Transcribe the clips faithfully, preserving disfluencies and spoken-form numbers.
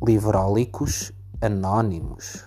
Livrólicos Anónimos.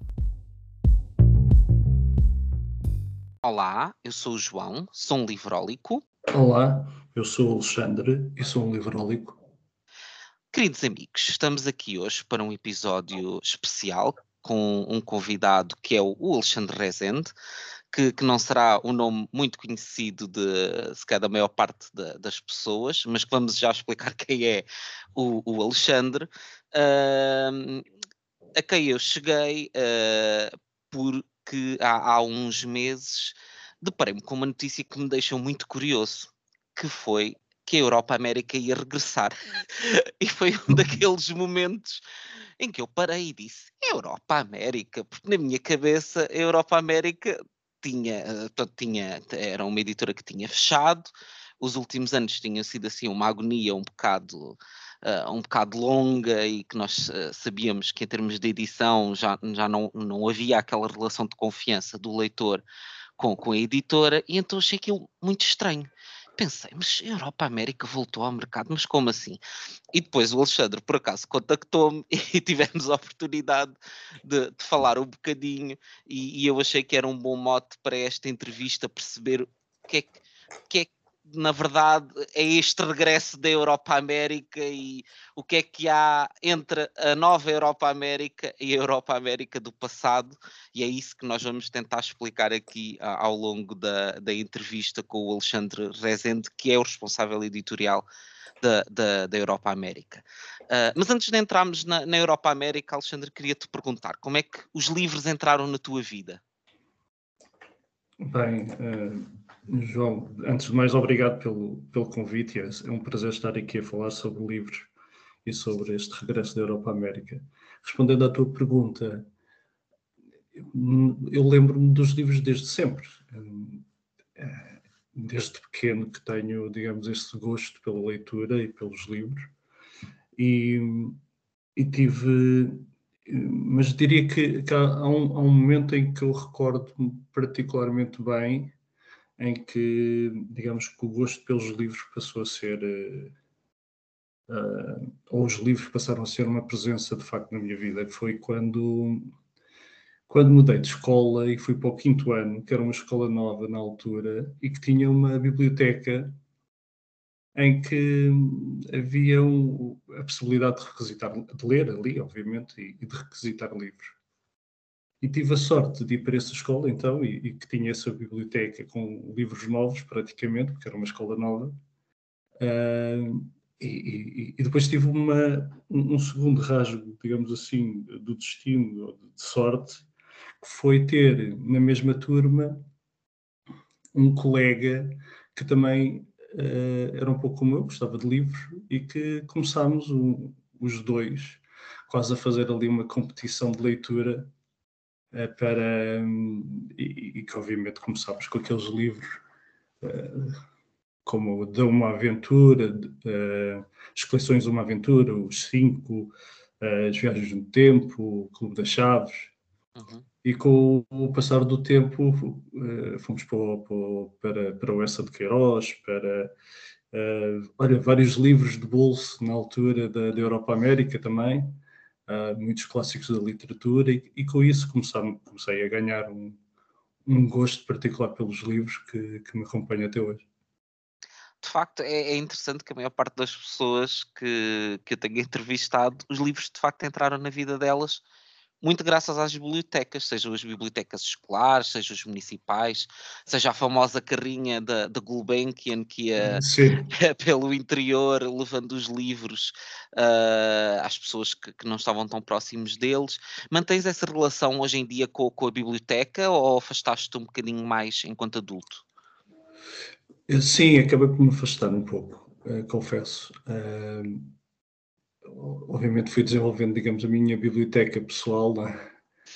Olá, eu sou o João, sou um livrólico. Olá, eu sou o Alexandre e sou um livrólico. Queridos amigos, estamos aqui hoje para um episódio especial com um convidado que é o Alexandre Rezende, que, que não será um nome muito conhecido de, se calhar, da maior parte de, das pessoas, mas que vamos já explicar quem é o, o Alexandre, uh, a quem eu cheguei uh, porque há, há uns meses deparei-me com uma notícia que me deixou muito curioso, que foi que a Europa América ia regressar. E foi um daqueles momentos em que eu parei e disse, Europa América, porque na minha cabeça a Europa América tinha, eh, portanto, tinha, era uma editora que tinha fechado, os últimos anos tinham sido assim uma agonia um bocado, uh, um bocado longa e que nós uh, sabíamos que em termos de edição já, já não, não havia aquela relação de confiança do leitor com, com a editora, e então achei aquilo muito estranho. Pensei, mas a Europa América voltou ao mercado, mas como assim? E depois o Alexandre, por acaso, contactou-me e tivemos a oportunidade de, de falar um bocadinho, e, e eu achei que era um bom mote para esta entrevista, perceber o que é que, o que é que, na verdade, é este regresso da Europa América e o que é que há entre a nova Europa América e a Europa América do passado, e é isso que nós vamos tentar explicar aqui a, ao longo da, da entrevista com o Alexandre Rezende, que é o responsável editorial da, da, da Europa América. Uh, mas antes de entrarmos na, na Europa América, Alexandre, queria-te perguntar, como é que os livros entraram na tua vida? Bem, uh, João, antes de mais, obrigado pelo, pelo convite. É um prazer estar aqui a falar sobre livros e sobre este regresso da Europa América. Respondendo à tua pergunta, eu lembro-me dos livros desde sempre. Desde pequeno que tenho, digamos, esse gosto pela leitura e pelos livros. E, e tive... Mas diria que, que há, um, há um momento em que eu recordo-me particularmente bem, em que, digamos, que o gosto pelos livros passou a ser... Uh, ou os livros passaram a ser uma presença, de facto, na minha vida. Foi quando... Quando mudei de escola e fui para o quinto ano, que era uma escola nova na altura, e que tinha uma biblioteca em que havia um, a possibilidade de requisitar, de ler ali, obviamente, e, e de requisitar livros. E tive a sorte de ir para essa escola, então, e, e que tinha essa biblioteca com livros novos, praticamente, porque era uma escola nova. Uh, e, e, e depois tive uma, um, um segundo rasgo, digamos assim, do destino, de sorte, que foi ter na mesma turma um colega que também uh, era um pouco como eu, gostava de livros, e que começámos um, os dois quase a fazer ali uma competição de leitura uh, para um, e, e que obviamente começámos com aqueles livros uh, como de uma aventura, uh, as coleções de uma aventura, os cinco, uh, as viagens no tempo, o Clube das Chaves. Uhum. E com o passar do tempo uh, fomos para, para, para o Essa de Queiroz, para uh, olha, vários livros de bolso na altura da, da Europa América também, uh, muitos clássicos da literatura, e, e com isso comecei, comecei a ganhar um, um gosto particular pelos livros que, que me acompanha até hoje. De facto, é, é interessante que a maior parte das pessoas que, que eu tenho entrevistado, os livros de facto entraram na vida delas muito graças às bibliotecas, sejam as bibliotecas escolares, sejam as municipais, seja a famosa carrinha da, da Gulbenkian que ia pelo interior levando os livros uh, às pessoas que, que não estavam tão próximos deles. Mantens essa relação hoje em dia com, com a biblioteca ou afastaste-te um bocadinho mais enquanto adulto? Sim, acabei por me afastar um pouco, uh, confesso. Uh, obviamente fui desenvolvendo, digamos, a minha biblioteca pessoal, né?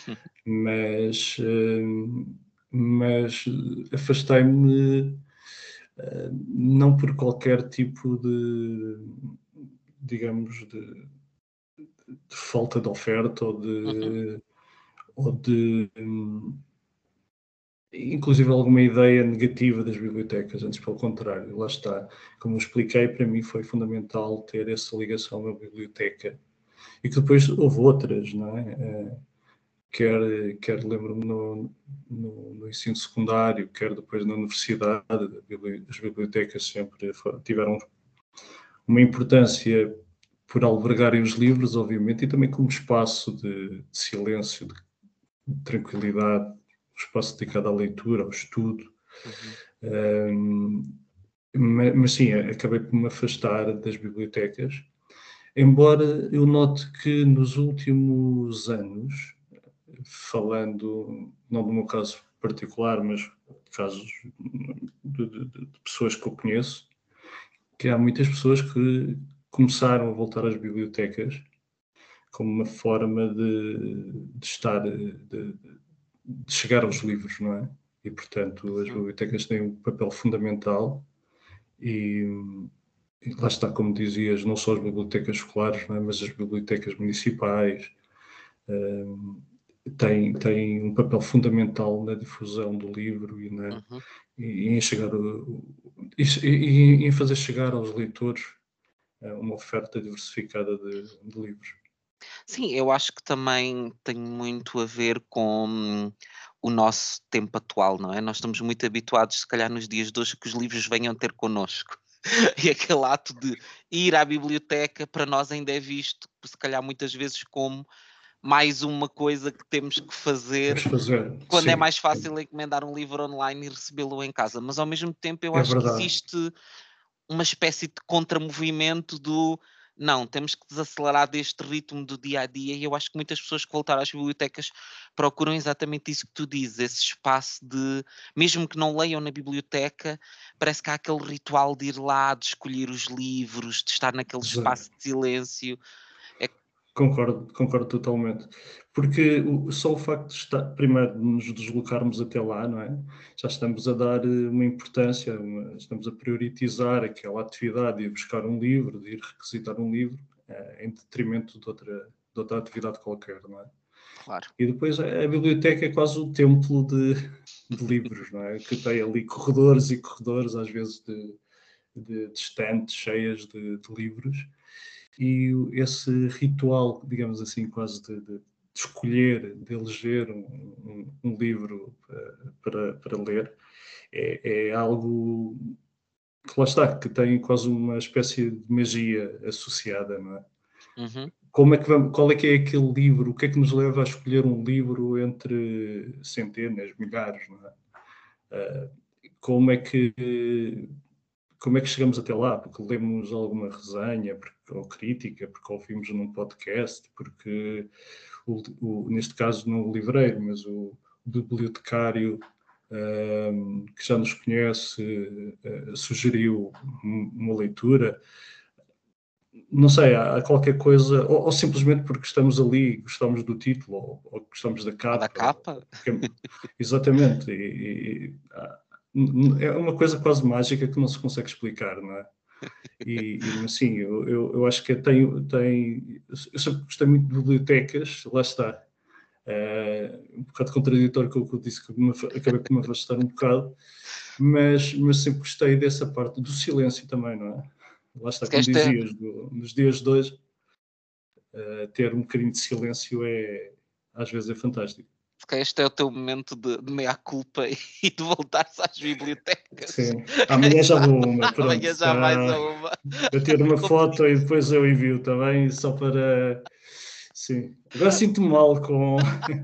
mas, uh, mas afastei-me uh, não por qualquer tipo de, digamos, de, de falta de oferta ou de, uhum. ou de um, inclusive alguma ideia negativa das bibliotecas, antes pelo contrário, lá está. Como eu expliquei, para mim foi fundamental ter essa ligação à biblioteca e que depois houve outras, não é? Uh, quer, quer lembro-me no, no, no ensino secundário, quer depois na universidade, as bibliotecas sempre tiveram uma importância por albergarem os livros, obviamente, e também como espaço de, de silêncio, de, de tranquilidade, um espaço dedicado à leitura, ao estudo. Uhum. Um, mas, mas sim, acabei por me afastar das bibliotecas, embora eu note que nos últimos anos, falando, não do meu caso particular, mas casos de, de, de pessoas que eu conheço, que há muitas pessoas que começaram a voltar às bibliotecas como uma forma de, de estar, de, de chegar aos livros, não é? E, portanto, as bibliotecas têm um papel fundamental e, e lá está, como dizias, não só as bibliotecas escolares, não é? Mas as bibliotecas municipais um, têm, têm um papel fundamental na difusão do livro e, na, Uhum. e, em, chegar, e, e, em fazer chegar aos leitores uma oferta diversificada de, de livros. Sim, eu acho que também tem muito a ver com o nosso tempo atual, não é? Nós estamos muito habituados, se calhar nos dias de hoje, que os livros venham ter connosco. E aquele ato de ir à biblioteca, para nós ainda é visto, se calhar muitas vezes, como mais uma coisa que temos que fazer, fazer quando sim. É mais fácil encomendar um livro online e recebê-lo em casa. Mas ao mesmo tempo eu É acho que verdade. existe uma espécie de contramovimento do não, temos que desacelerar deste ritmo do dia a dia, e eu acho que muitas pessoas que voltaram às bibliotecas procuram exatamente isso que tu dizes, esse espaço de, mesmo que não leiam na biblioteca, parece que há aquele ritual de ir lá, de escolher os livros, de estar naquele Exato. espaço de silêncio. É... Concordo, concordo totalmente. Porque o, só o facto de estar, primeiro, de nos deslocarmos até lá, não é? Já estamos a dar uma importância, uma, estamos a prioritizar aquela atividade de ir buscar um livro, de ir requisitar um livro, eh, em detrimento de outra, de outra atividade qualquer, não é? Claro. E depois a, a biblioteca é quase o templo de, de livros, não é? Que tem ali corredores e corredores, às vezes, de, de, de estantes cheias de, de livros. E esse ritual, digamos assim, quase de, de, de escolher, de eleger um, um, um livro para, para ler, é, é algo que lá está, que tem quase uma espécie de magia associada, não é? Uhum. Como é que vamos, qual é que é aquele livro? O que é que nos leva a escolher um livro entre centenas, milhares, não é? Uh, como é que como é que chegamos até lá? Porque lemos alguma resenha, porque, ou crítica, porque ouvimos num podcast, porque, o, o, neste caso, não o livreiro, mas o, o bibliotecário um, que já nos conhece uh, sugeriu uma leitura. Não sei, há, há qualquer coisa, ou, ou, simplesmente porque estamos ali, gostamos do título, ou, ou gostamos da Ou da capa. capa? Porque, exatamente. E, e, é uma coisa quase mágica que não se consegue explicar, não é? E, e mas sim, eu, eu, eu acho que tem, tem. Eu sempre gostei muito de bibliotecas, lá está. É, um bocado contraditório com o que eu disse, que me, acabei por me afastar um bocado, mas, mas sempre gostei dessa parte do silêncio também, não é? Lá está, como Esta, dizias, do, nos dias de hoje, uh, ter um bocadinho de silêncio é, às vezes é fantástico. este é o teu momento de, de meia-culpa e de voltar-se às bibliotecas. Sim, amanhã já vou uma, pronto. Amanhã já mais a uma. Eu tiro uma foto e depois eu envio também, só para... Sim, agora sinto-me mal com...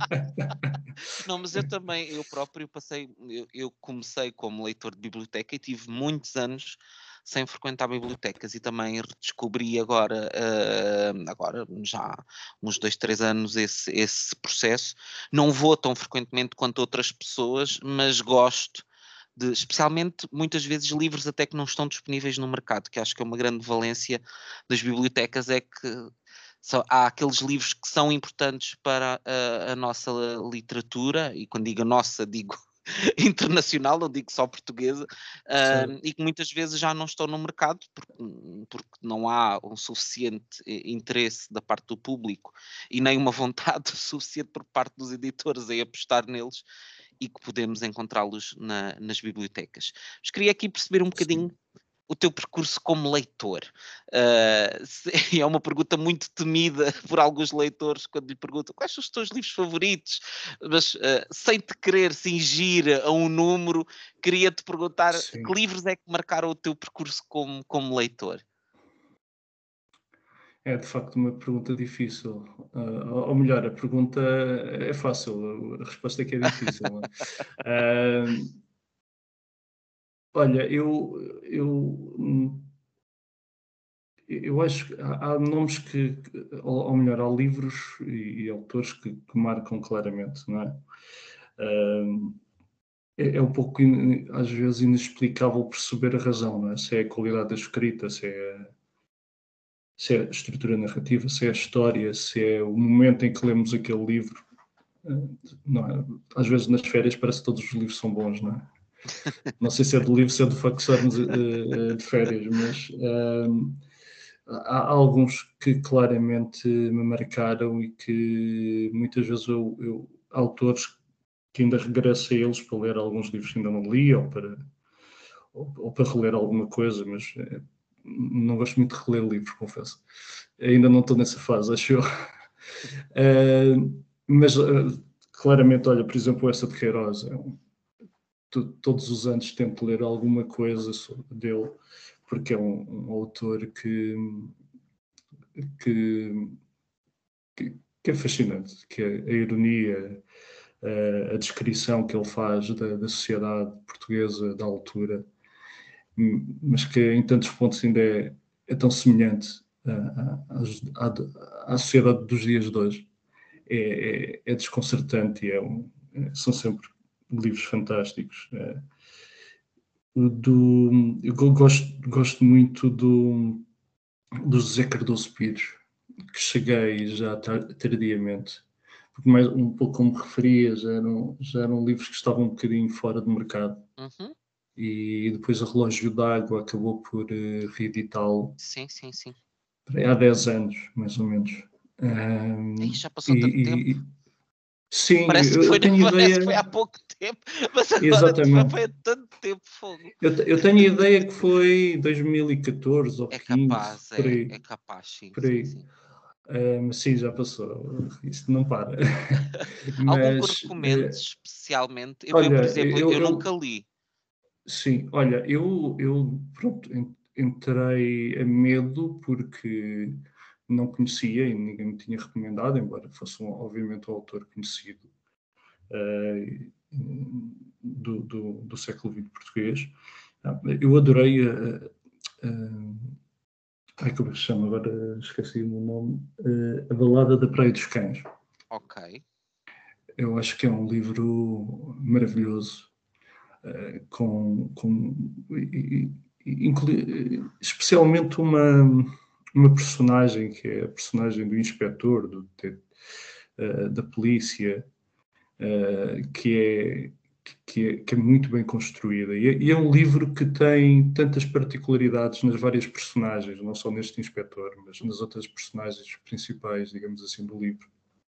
Não, mas eu também, eu próprio passei, eu, eu comecei como leitor de biblioteca e tive muitos anos sem frequentar bibliotecas, e também redescobri agora, uh, agora já há uns dois, três anos esse, esse processo. Não vou tão frequentemente quanto outras pessoas, mas gosto de, especialmente muitas vezes, livros até que não estão disponíveis no mercado, que acho que é uma grande valência das bibliotecas, é que só, há aqueles livros que são importantes para a, a nossa literatura, e quando digo a nossa, digo internacional, não digo só portuguesa, uh, e que muitas vezes já não estão no mercado porque, porque não há um suficiente interesse da parte do público e nem uma vontade suficiente por parte dos editores em apostar neles, e que podemos encontrá-los na, nas bibliotecas. Mas queria aqui perceber um bocadinho o teu percurso como leitor? Uh, se- é uma pergunta muito temida por alguns leitores quando lhe perguntam quais são os teus livros favoritos, mas uh, sem te querer cingir a um número, queria-te perguntar que Sim. livros é que marcaram o teu percurso como, como leitor? É de facto uma pergunta difícil. Ah, ou ou melhor, a pergunta é fácil, a resposta é que é difícil, não é? Ah, olha, eu eu, hum, eu acho que há há nomes que que ou ou melhor, há livros e e autores que que marcam claramente, não é? Ah, é é um pouco in às vezes inexplicável perceber a razão, não é? Se é a qualidade da escrita, se é se é a estrutura narrativa, se é a história, se é o momento em que lemos aquele livro. Eh, não é? Às vezes nas férias parece que todos os livros são bons, não é? Não sei se é do livro, se é do facto de estarmos eh, eh, de férias, mas ehm, há, há alguns que claramente me marcaram e que muitas vezes eu, eu há autores que ainda regresso a eles para ler alguns livros que ainda não li ou para, ou, ou para reler alguma coisa, mas eh, não gosto muito de reler livros, confesso. Ainda não estou nessa fase, acho eu. Eh, mas eh, claramente, olha, por exemplo, essa de Queiroz, é um- to- todos os anos tento ler alguma coisa so- dele, porque é um, um autor que, que, que- que é fascinante, que é a ironia, eh, a descrição que ele faz da, da sociedade portuguesa da altura, hum, mas que em tantos pontos ainda é, é tão semelhante ah, à, à- à sociedade dos dias de hoje. É, é- é desconcertante e é um- é- são sempre livros fantásticos. Eh, o do, eu go- gosto, gosto muito do, do José Cardoso Pires, que cheguei já tar- tardiamente, porque mais um pouco como referias, já eram, já eram livros que estavam um bocadinho fora do mercado. Uhum. E depois a Relógio d'Água acabou por eh, reeditá-lo Sim, sim, sim. há dez anos, mais ou menos. Ai, Ahm, já passou tanto tempo. e, e- sim, Parece que eu, foi, eu tenho parece que ideia, foi há pouco tempo, mas agora foi, exatamente. foi há tanto tempo, fogo. Eu, te- eu tenho a ideia que foi dois mil e catorze ou É quinze, capaz, por é, aí, é capaz, sim, por sim, aí. sim. Ah, mas sim, já passou. Isto não para. Algum que Mas, recomendes eh, especialmente? Eu, eu, por olha, exemplo, eu, eu nunca eu li. sim, olha, eu, eu pronto, en- entrei a medo porque não conhecia e ninguém me tinha recomendado, embora fosse um, obviamente um autor conhecido eh, do, do, do século vinte português. Ah, Eu adorei a, ai, como é que se chama? Agora esqueci-me o nome. Eh, A Balada da Praia dos Cães. Ok. Eu acho que é um livro maravilhoso, eh, com, com e- e- inclui- especialmente uma, uma personagem que é a personagem do inspetor, do, de- eh, da polícia, eh, que é, que, é, que é muito bem construída. E é, e é um livro que tem tantas particularidades nas várias personagens, não só neste inspetor, mas nas outras personagens principais, digamos assim, do livro.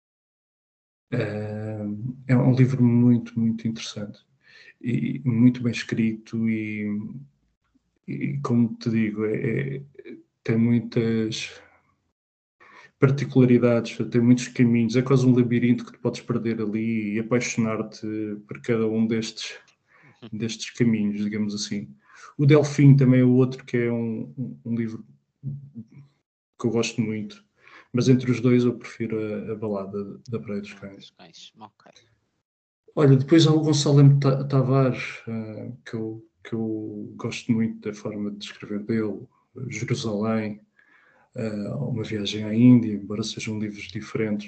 Eh, É um livro muito, muito interessante e muito bem escrito e, e como te digo, é, é- tem muitas particularidades, tem muitos caminhos, é quase um labirinto que tu podes perder ali e apaixonar-te por cada um destes, destes caminhos, digamos assim. O Delfim também é outro que é um, um- um livro que eu gosto muito, mas entre os dois eu prefiro a, a Balada da Praia dos Ah, Cães. dos cães. Ok. Olha, depois há o Gonçalo M. Ta- Tavares, eh, que eu, que eu gosto muito da forma de escrever dele, Jerusalém, eh, Uma Viagem à Índia, embora sejam livros diferentes.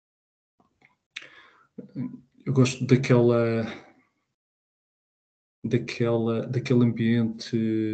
Eu gosto daquela, daquela, daquele ambiente,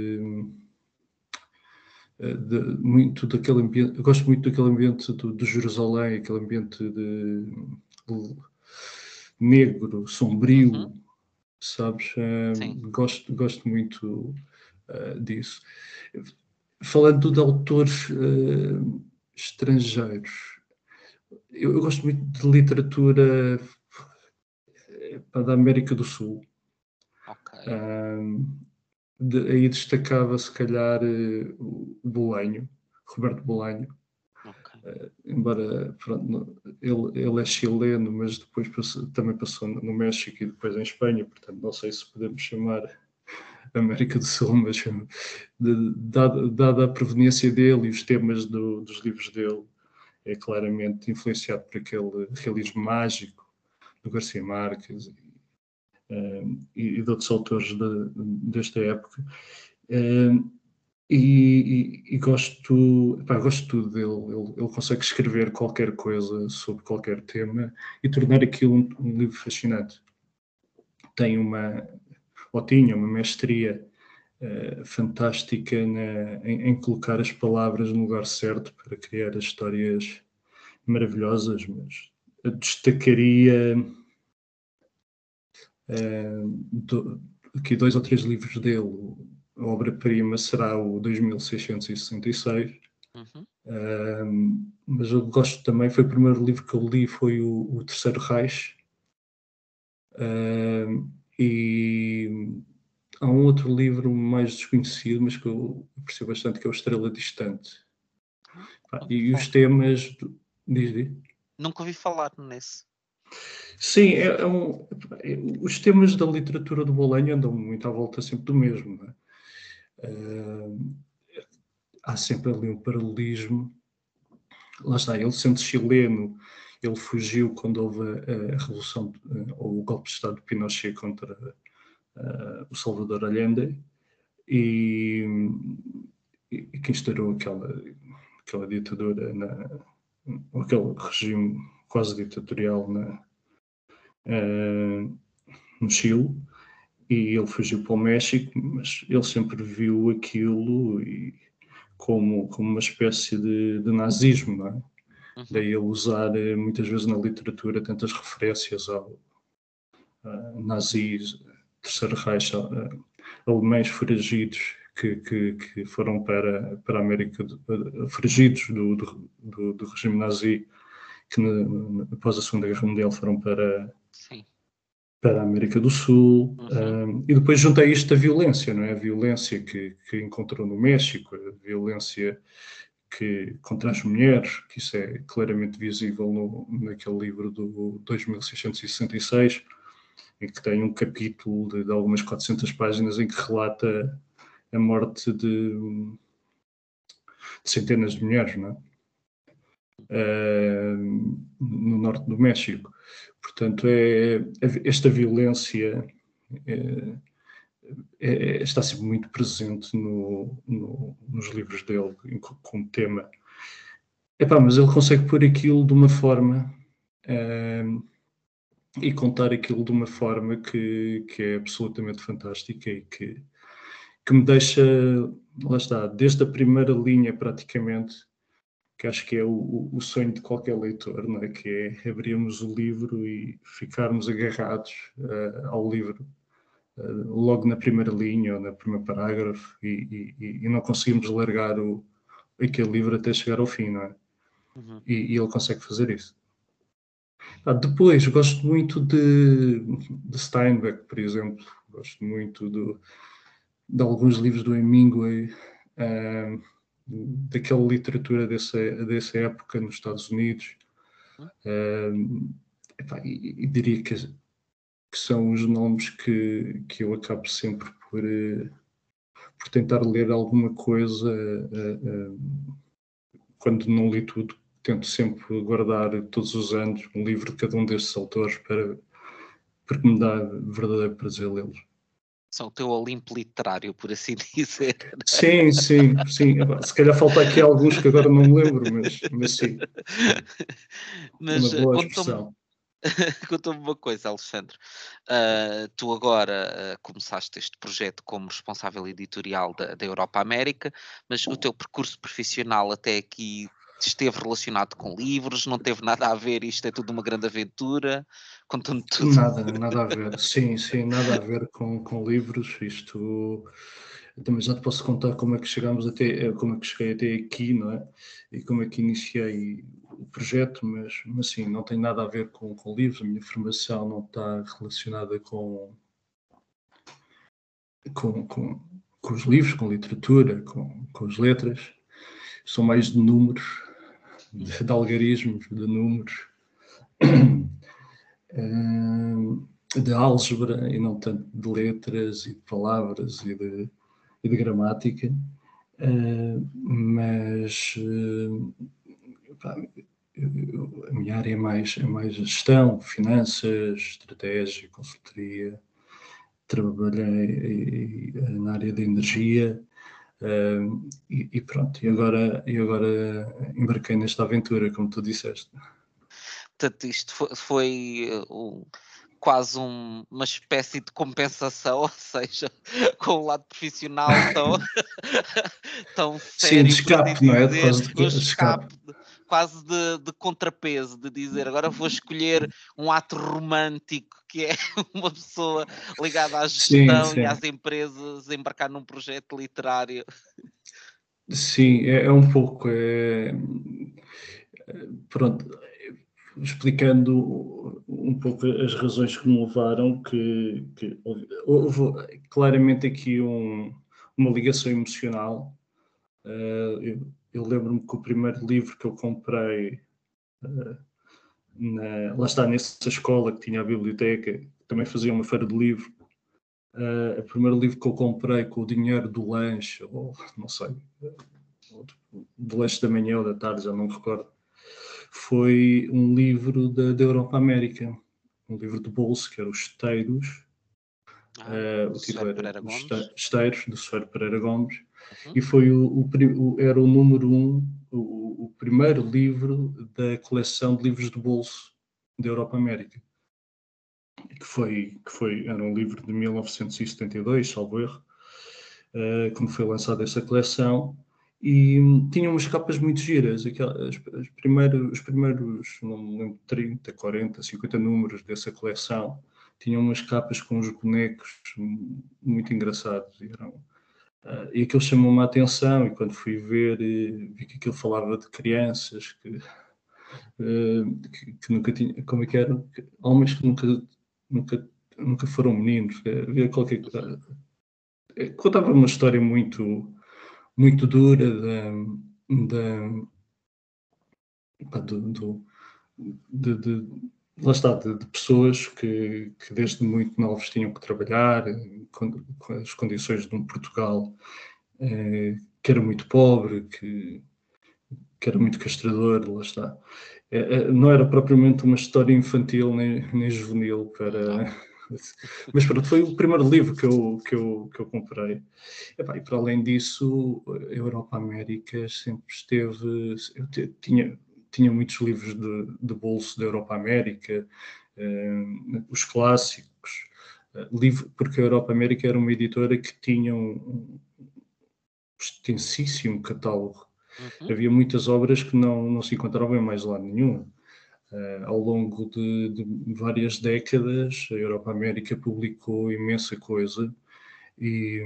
eh, de, muito daquele ambiente, eu gosto muito daquele ambiente do, do Jerusalém, aquele ambiente de, de negro, Uhum. sombrio, sabes? Eh, Sim. gosto, gosto muito eh, disso. Falando de autores eh, estrangeiros, eu, eu gosto muito de literatura eh, da América do Sul. Ok. Ahm, de, aí destacava se calhar uh, o Bolanho, Roberto Bolanho, Ok. uh, embora pronto, ele, ele é chileno, mas depois passou, também passou no México e depois em Espanha, portanto não sei se podemos chamar América do Sul, mas de, dada, dada a proveniência dele e os temas do, dos livros dele, é claramente influenciado por aquele realismo mágico do Garcia Marques uh, e, e de outros autores de, desta época. Uh, e, e, e gosto, pá, gosto de tudo dele. Ele, ele consegue escrever qualquer coisa sobre qualquer tema e tornar aquilo um, um livro fascinante. Tem uma, ou tinha uma mestria uh, fantástica na, em, em colocar as palavras no lugar certo para criar as histórias maravilhosas, mas destacaria uh, do, aqui dois ou três livros dele. A obra-prima será o dois mil seiscentos e sessenta e seis, Uhum. uh, mas eu gosto também, foi o primeiro livro que eu li, foi o, o Terceiro Reich, uh, e há um outro livro mais desconhecido, mas que eu aprecio bastante, que é o Estrela Distante. Não ouvi E os falar. temas... Do... Diz, diz. Nunca ouvi falar nesse. Sim, é, é um, é, os temas da literatura do Bolanho andam muito à volta sempre do mesmo. Não é? Uh, há sempre ali um paralelismo. Lá está, ele sendo chileno, ele fugiu quando houve a, a revolução, ou o golpe de Estado de Pinochet contra uh, o Salvador Allende, e, e, e que instaurou aquela, aquela ditadura, na, aquele regime quase ditatorial na, uh, no Chile. E ele fugiu para o México, mas ele sempre viu aquilo e, como, como uma espécie de, de nazismo, não é? Uhum. Daí ele usar muitas vezes na literatura tantas referências ao uh, nazis, Terceiro Reich, uh, alemães foragidos que, que, que foram para, para a América, do, uh, foragidos do, do, do, do regime nazi, que na, após a Segunda Guerra Mundial foram para... Sim. para a América do Sul, Uhum. um, e depois juntei isto à violência, não é? A violência que, que encontrou no México, a violência que, contra as mulheres, que isso é claramente visível no, naquele livro do dois mil seiscentos e sessenta e seis, em que tem um capítulo de, de algumas quatrocentas páginas em que relata a morte de, de centenas de mulheres, não é? Uh, no norte do México. Portanto, é, esta violência é, é, está sempre muito presente no, no, nos livros dele, como tema. Epá, mas ele consegue pôr aquilo de uma forma uh, e contar aquilo de uma forma que, que é absolutamente fantástica e que, que me deixa, lá está, desde a primeira linha praticamente, que acho que é o, o sonho de qualquer leitor, não é? Que é abrirmos o livro e ficarmos agarrados uh, ao livro uh, logo na primeira linha ou no primeiro parágrafo e, e, e não conseguimos largar o, aquele livro até chegar ao fim, não é? Uhum. E, e ele consegue fazer isso. Ah, depois, gosto muito de, de Steinbeck, por exemplo. Gosto muito do, de alguns livros do Hemingway, uh, daquela literatura dessa, dessa época nos Estados Unidos. Uh, epá, e, e diria que, que são os nomes que, que eu acabo sempre por, uh, por tentar ler alguma coisa. Uh, uh, quando não li tudo, tento sempre guardar todos os anos um livro de cada um destes autores para, porque me dá verdadeiro prazer lê-los. São o teu Olimpo literário, por assim dizer. Sim, sim, sim. Se calhar falta aqui alguns que agora não me lembro, mas, mas sim. É uma Mas uh, boa conta-me expressão. conta-me uma coisa, Alexandre. Uh, tu agora uh, começaste este projeto como responsável editorial da, da Europa América, mas o teu percurso profissional até aqui esteve relacionado com livros, não teve nada a ver, isto é tudo uma grande aventura. Conta-me tudo. Nada, nada a ver. Sim, sim, nada a ver com, com livros. Isto também já te posso contar como é que chegamos até, como é que cheguei até aqui, não é? E como é que iniciei o projeto, mas, mas sim, não tem nada a ver com, com livros. A minha formação não está relacionada com, com, com, com os livros, com literatura, com, com as letras. Sou mais de números, de, de algarismos, de números, de álgebra e não tanto de letras e de palavras e de, e de gramática. Uh, mas uh, pá, eu, a minha área é mais, é mais gestão, finanças, estratégia, consultoria. Trabalhei na área da energia uh, e, e pronto, e agora, e agora embarquei nesta aventura, como tu disseste. Portanto, isto foi, foi um, quase um, uma espécie de compensação, ou seja, com o lado profissional tão, tão Sim, de sério, por assim escape, não é? dizer, Quase de um escape. escape quase de, de contrapeso, de dizer agora vou escolher um ato romântico que é uma pessoa ligada à Sim, gestão e sim. às empresas embarcar num projeto literário. Sim, é, é um pouco. É, pronto, explicando um pouco as razões que me levaram, que, que houve, houve claramente aqui um, uma ligação emocional. Uh, eu, eu lembro-me que o primeiro livro que eu comprei, uh, na, lá está, nessa escola que tinha a biblioteca, também fazia uma feira de livro. Uh, o primeiro livro que eu comprei com o dinheiro do lanche, ou não sei, do lanche da manhã ou da tarde, já não me recordo, foi um livro da, da Europa América, um livro de bolso, que era Os Esteiros. Ah, Uh, o título Sofia era Pereira Os Gomes. Esteiros, do Sofia Pereira Gomes, Uhum. e foi o, o, o, era o número um, o, o primeiro livro da coleção de livros de bolso da Europa América, que foi, que foi, era um livro de mil novecentos e setenta e dois, salvo erro, uh, quando foi lançada essa coleção, e um, tinha umas capas muito giras, aquelas, as primeiros, os primeiros, não me lembro, trinta, quarenta, cinquenta números dessa coleção, tinham umas capas com uns bonecos muito engraçados, e eram Uh, e aquilo chamou-me a atenção, e quando fui ver, uh, vi que aquilo falava de crianças que, uh, que, que nunca tinham, como é que era? Que, homens que nunca, nunca, nunca foram meninos. Uh, havia qualquer, uh, contava uma história muito, muito dura da, da, pá, do, do, de, de, lá está, de, de pessoas que, que desde muito novos tinham que trabalhar com, com as condições de um Portugal eh, que era muito pobre, que, que era muito castrador, lá está. É, não era propriamente uma história infantil nem, nem juvenil para... Mas pronto, foi o primeiro livro que eu, que eu, que eu comprei. E, pá, e para além disso, a Europa América sempre esteve... Eu te, tinha, tinha muitos livros de, de bolso da Europa América, eh, os clássicos, eh, livro, porque a Europa América era uma editora que tinha um, um extensíssimo catálogo. Uhum. Havia muitas obras que não, não se encontravam em mais lado nenhum. Uh, ao longo de, de várias décadas, a Europa América publicou imensa coisa e,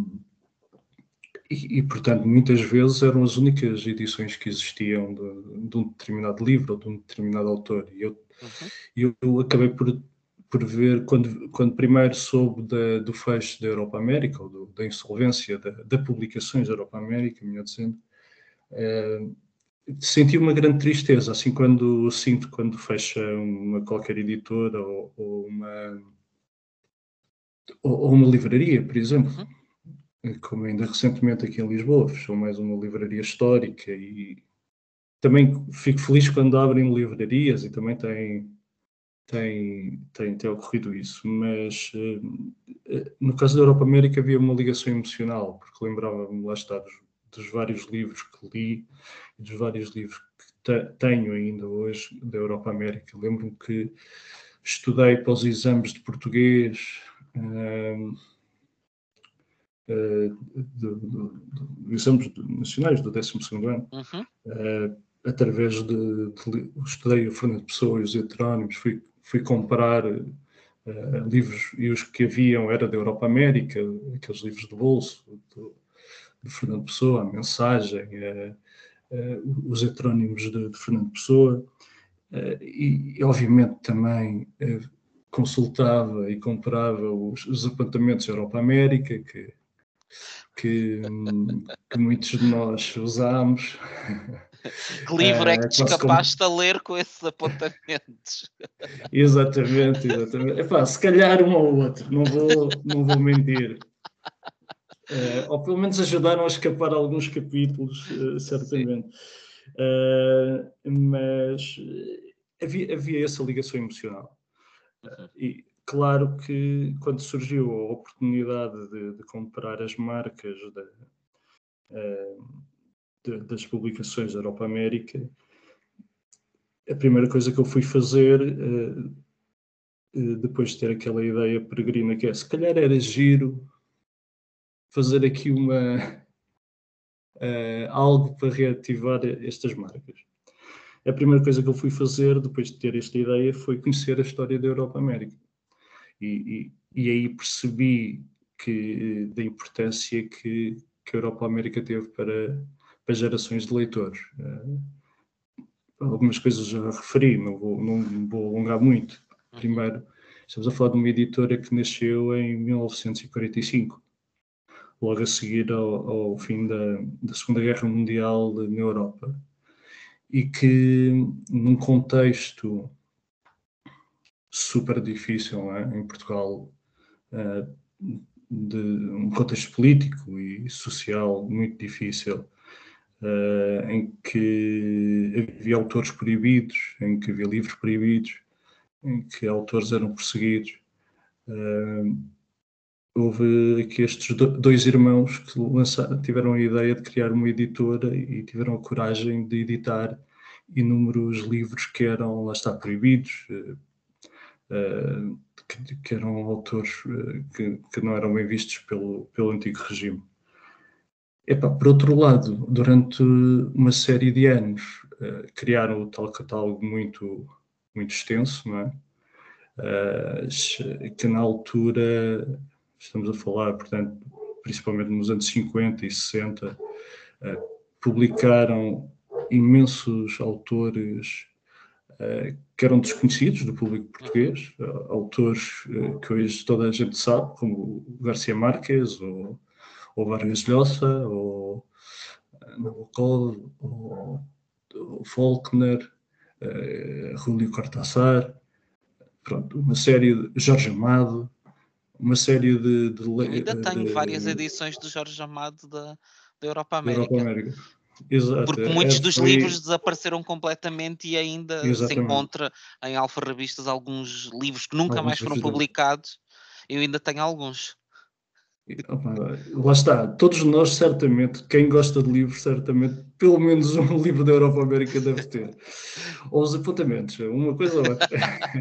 e, e, portanto, muitas vezes eram as únicas edições que existiam de, de um determinado livro ou de um determinado autor. E eu, Uhum. eu, eu acabei por, por ver, quando, quando primeiro soube da, do fecho da Europa América, ou do, da insolvência da, da publicações da Europa América, melhor dizendo, uh, senti uma grande tristeza, assim quando sinto quando fecha uma qualquer editora ou, ou uma ou, ou uma livraria, por exemplo, Uhum. como ainda recentemente aqui em Lisboa, fechou mais uma livraria histórica e também fico feliz quando abrem livrarias e também tem tem, tem, tem ocorrido isso, mas uh, no caso da Europa América havia uma ligação emocional, porque lembrava-me, lá está, dos, dos vários livros que li e dos vários livros que te, tenho ainda hoje da Europa América. Lembro-me que estudei para os exames de português uh, uh, do, do, do, exames nacionais do décimo segundo ano, Uhum. uh, através de, de... Estudei o Fernando Pessoa e os heterónimos, fui fui comprar uh, livros, e os que haviam era da Europa América, aqueles livros de bolso, do, de Fernando Pessoa, a Mensagem, uh, uh, os heterónimos de, de Fernando Pessoa, uh, e, e obviamente também uh, consultava e comprava os, os apontamentos da Europa América, que que, que muitos de nós usámos. Que livro é que Uh, te quase como... escapaste a ler com esses apontamentos? Exatamente, exatamente. Epá, se calhar um ou outro, não vou, não vou mentir. Uh, ou pelo menos ajudaram a escapar alguns capítulos, uh, certamente. Uh, mas havia, havia essa ligação emocional. Uh, e claro que quando surgiu a oportunidade de, de comprar as marcas da, uh, de, das publicações da Europa América, a primeira coisa que eu fui fazer, uh, uh, depois de ter aquela ideia peregrina, que é, se calhar era giro fazer aqui uma... Uh, algo para reativar estas marcas. A primeira coisa que eu fui fazer, depois de ter esta ideia, foi conhecer a história da Europa América. E, e, e aí percebi que, da importância que, que a Europa América teve para, para gerações de leitores. Uh, algumas coisas já referi, não vou, não vou alongar muito. Primeiro, estamos a falar de uma editora que nasceu em mil novecentos e quarenta e cinco. Logo a seguir ao, ao fim da, da Segunda Guerra Mundial na Europa, e que, num contexto super difícil, não é? Em Portugal, uh, de um contexto político e social muito difícil, uh, em que havia autores proibidos, em que havia livros proibidos, em que autores eram perseguidos. Uh, houve aqui estes dois irmãos que lançaram, tiveram a ideia de criar uma editora e tiveram a coragem de editar inúmeros livros que eram, lá está, proibidos, uh, que, que eram autores uh, que, que não eram bem vistos pelo, pelo antigo regime. Epá, por outro lado, durante uma série de anos, uh, criaram o tal catálogo muito, muito extenso, não é? Uh, que na altura... Estamos a falar, portanto, principalmente nos anos cinquenta e sessenta, uh, publicaram imensos autores uh, que eram desconhecidos do público português, uh, autores uh, que hoje toda a gente sabe, como Garcia Márquez, ou, ou Vargas Llosa, ou Nabokov, ou, ou Faulkner, uh, Júlio Cortázar, pronto, uma série de Jorge Amado, uma série de... de, Eu ainda tenho de, várias de edições do Jorge Amado da, da Europa da Europa América. América. Exato. Porque É, muitos dos foi... livros desapareceram completamente e ainda se Exatamente. encontra em alfarrabistas alguns livros que nunca Alguns mais foram publicados. Eu ainda tenho alguns. Opa, lá está, todos nós certamente, quem gosta de livros, certamente, pelo menos um livro da Europa América deve ter. Ou os apontamentos, uma coisa ou outra.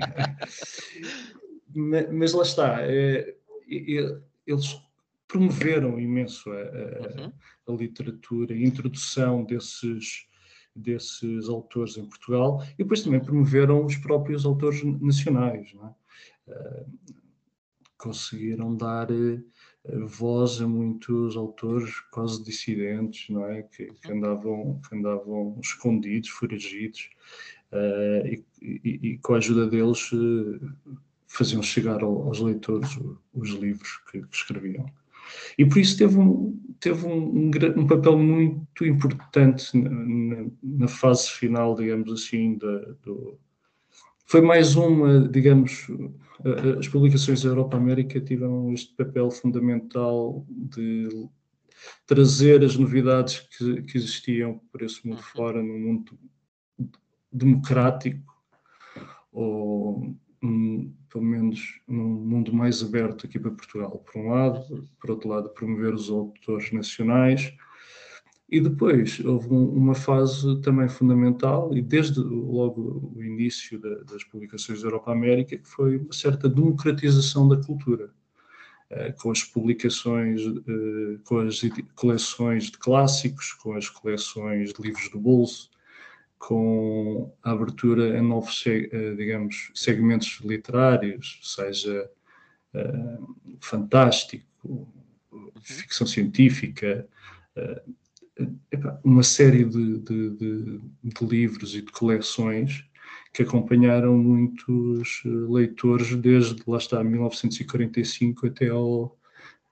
mas, mas lá está, é, é, eles promoveram imenso a, a, Uhum. a literatura, a introdução desses, desses autores em Portugal, e depois também promoveram os próprios autores nacionais, não é? Uh, conseguiram dar uh, voz a muitos autores quase dissidentes, não é? Que, que, andavam, que andavam escondidos, foragidos, uh, e, e, e com a ajuda deles uh, faziam chegar ao, aos leitores os livros que, que escreviam. E por isso teve um, teve um, um, um papel muito importante na, na, na fase final, digamos assim, da, do... Foi mais uma, digamos, as publicações da Europa América tiveram este papel fundamental de trazer as novidades que, que existiam por esse mundo Uhum. fora, num mundo democrático, ou um, pelo menos num mundo mais aberto aqui para Portugal, por um lado, por outro lado, promover os autores nacionais. E depois houve um, uma fase também fundamental, e desde logo o início da, das publicações da Europa América, que foi uma certa democratização da cultura, uh, com as publicações, uh, com as coleções de clássicos, com as coleções de livros do bolso, com a abertura a novos, uh, digamos, segmentos literários, seja uh, fantástico, Uhum. ficção científica, uh, uma série de, de, de, de livros e de coleções que acompanharam muitos leitores desde, lá está, mil novecentos e quarenta e cinco até ao,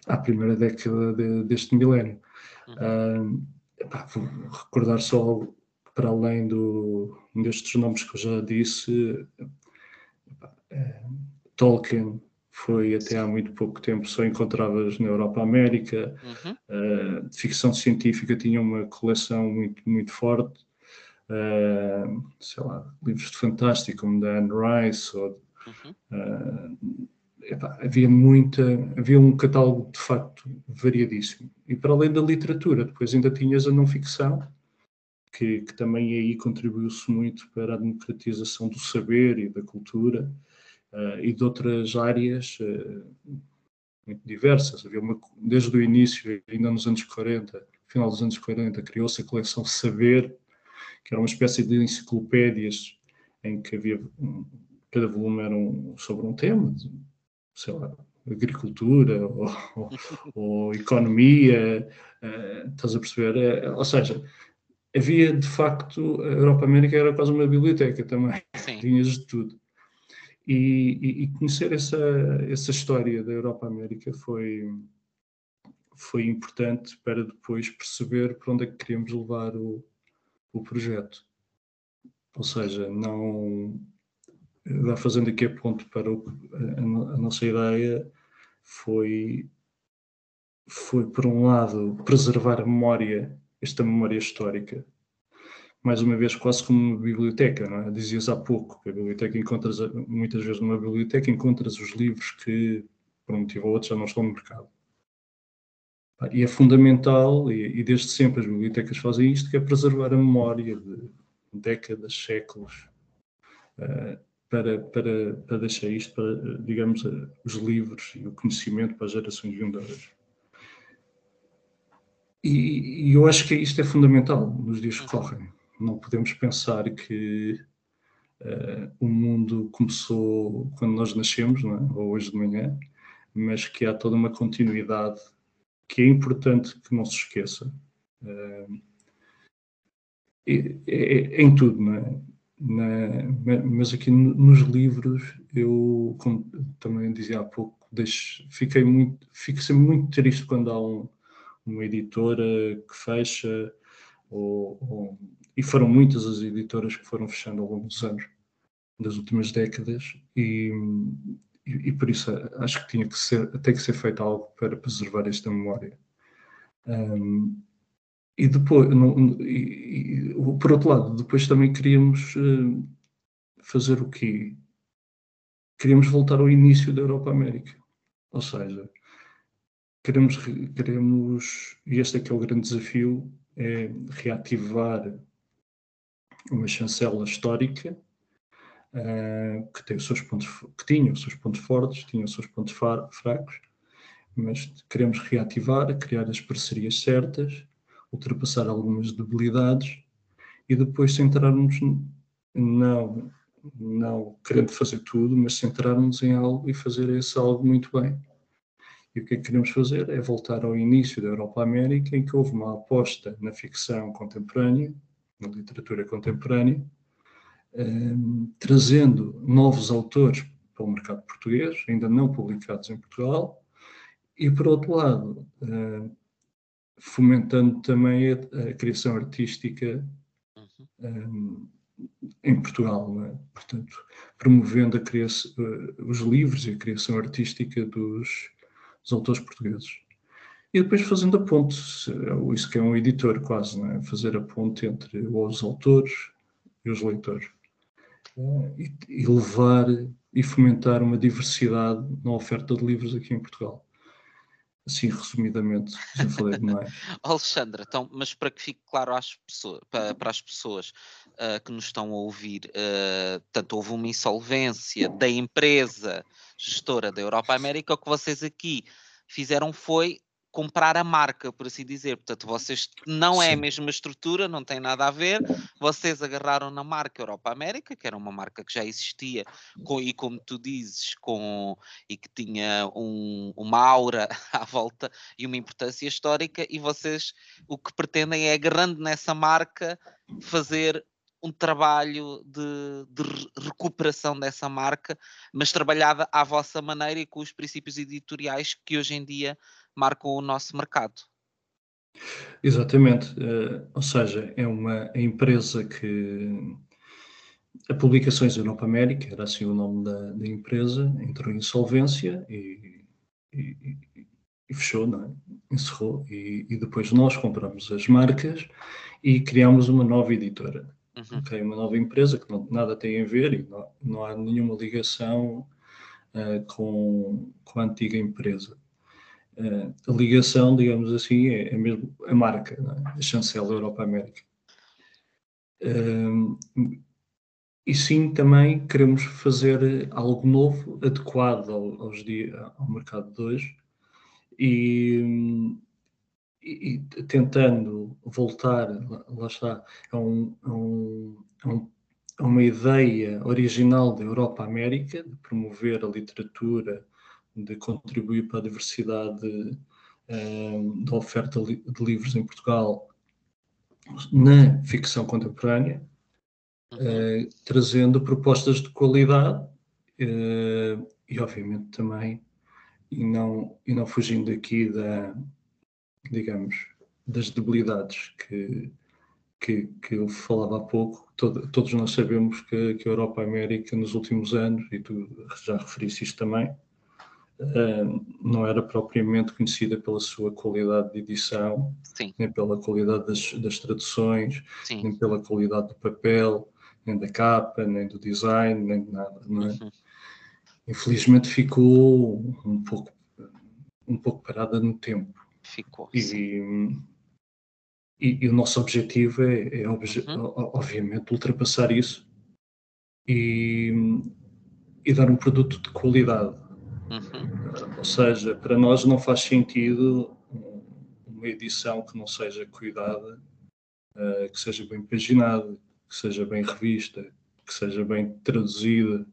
à primeira década de, deste milénio. Uhum. Uh, epá, vou recordar só, para além do, destes nomes que eu já disse, epá, uh, Tolkien foi até há muito pouco tempo, só encontravas na Europa América. Uhum. Uh, ficção científica tinha uma coleção muito, muito forte. Uh, sei lá, livros de fantástico como da Anne Rice ou, Uhum. uh, epá, havia muita, havia um catálogo de facto variadíssimo. E para além da literatura, depois ainda tinhas a não ficção, que, que também aí contribuiu-se muito para a democratização do saber e da cultura, uh, e de outras áreas uh, muito diversas. Havia uma, desde o início, ainda nos anos quarenta, final dos anos quarenta, criou-se a coleção Saber, que era uma espécie de enciclopédias em que havia, cada volume era um, sobre um tema, sei lá, agricultura ou, ou, ou economia, uh, estás a perceber? Uh, ou seja, havia de facto, a Europa América era quase uma biblioteca também, Sim. tinhas de tudo. E, e, e conhecer essa, essa história da Europa América foi, foi importante para depois perceber para onde é que queríamos levar o, o projeto. Ou seja, não. Já fazendo aqui a ponto para o, a, a nossa ideia, foi, foi, por um lado, preservar a memória, esta memória histórica, mais uma vez quase como uma biblioteca, não é? Dizias há pouco que a biblioteca encontras, muitas vezes numa biblioteca encontras os livros que, por um motivo ou outro, já não estão no mercado. E é fundamental, e, e desde sempre as bibliotecas fazem isto, que é preservar a memória de décadas, séculos, uh, para, para, para deixar isto, para, digamos, uh, os livros e o conhecimento para as gerações vindouras. E, e eu acho que isto é fundamental nos dias que Uhum. correm. Não podemos pensar que uh, o mundo começou quando nós nascemos, não é? Ou hoje de manhã, mas que há toda uma continuidade que é importante que não se esqueça. Uh, é, é, é em tudo, não é? Na, mas aqui nos livros, eu, como também dizia há pouco, deixo, fiquei muito, fico sempre muito triste quando há um, uma editora que fecha, ou, ou, e foram muitas as editoras que foram fechando ao longo dos anos, das últimas décadas, e, e, e por isso acho que tinha que ser, tem que ser feito algo para preservar esta memória. Um, e depois, não, e, e, por outro lado, depois também queríamos uh, fazer o quê? Queríamos voltar ao início da Europa América. Ou seja, queremos, queremos, e este é que é o grande desafio, é reativar uma chancela histórica uh, que, tem os seus pontos, que tinha os seus pontos fortes, tinha os seus pontos fracos, mas queremos reativar, criar as parcerias certas, ultrapassar algumas debilidades e depois centrarmos, não, não querendo fazer tudo, mas centrarmos em algo e fazer esse algo muito bem. E o que é que queremos fazer? É voltar ao início da Europa-América, em que houve uma aposta na ficção contemporânea, na literatura contemporânea, um, trazendo novos autores para o mercado português, ainda não publicados em Portugal, e, por outro lado, uh, fomentando também a, a criação artística Uhum. um, em Portugal, não é? Portanto, promovendo a criação, uh, os livros e a criação artística dos, dos autores portugueses. E depois fazendo a ponte, isso que é um editor quase, não é? Fazer a ponte entre os autores e os leitores. Uh, e, e levar e fomentar uma diversidade na oferta de livros aqui em Portugal. Assim, resumidamente, já falei demais. Alexandra, então, mas para que fique claro às pessoas, para, para as pessoas uh, que nos estão a ouvir, uh, tanto houve uma insolvência da empresa gestora da Europa América, o que vocês aqui fizeram foi comprar a marca, por assim dizer. Portanto, vocês não é a Sim. mesma estrutura, não tem nada a ver. Vocês agarraram na marca Europa América, que era uma marca que já existia, com, e como tu dizes, com, e que tinha um, uma aura à volta e uma importância histórica, e vocês o que pretendem é, agarrando nessa marca, fazer um trabalho de, de recuperação dessa marca, mas trabalhada à vossa maneira e com os princípios editoriais que hoje em dia marcam o nosso mercado. Exatamente. Uh, ou seja, é uma empresa que... A Publicações Europa América, era assim o nome da, da empresa, entrou em insolvência e, e, e fechou, não é? Encerrou. E, e depois nós compramos as marcas e criámos uma nova editora. Uhum. Okay? Uma nova empresa que não, nada tem a ver e não, não há nenhuma ligação uh, com, com a antiga empresa. Uh, a ligação, digamos assim, é, é mesmo a marca, não é? A Chancela Europa América. Uh, e sim, também queremos fazer algo novo, adequado ao, aos dias, ao mercado de hoje e, e, e tentando voltar, lá, lá está, a, um, a, um, a, um, a uma ideia original da Europa América, de promover a literatura, de contribuir para a diversidade um, da oferta de livros em Portugal na ficção contemporânea, Uhum. uh, trazendo propostas de qualidade uh, e, obviamente, também, e não, e não fugindo aqui da, digamos, das debilidades que, que, que eu falava há pouco. Todo, todos nós sabemos que, que a Europa América, nos últimos anos, e tu já referiste isto também, uh, não era propriamente conhecida pela sua qualidade de edição, Sim, nem pela qualidade das, das traduções, sim. nem pela qualidade do papel, nem da capa, nem do design, nem de nada, não é? Uhum. Infelizmente ficou um pouco, um pouco parada no tempo. Ficou, sim. E, e, e o nosso objetivo é, é obje, Uhum. obviamente, ultrapassar isso e, e dar um produto de qualidade. Uhum. Ou seja, para nós não faz sentido uma edição que não seja cuidada, que seja bem paginada, que seja bem revista, que seja bem traduzida,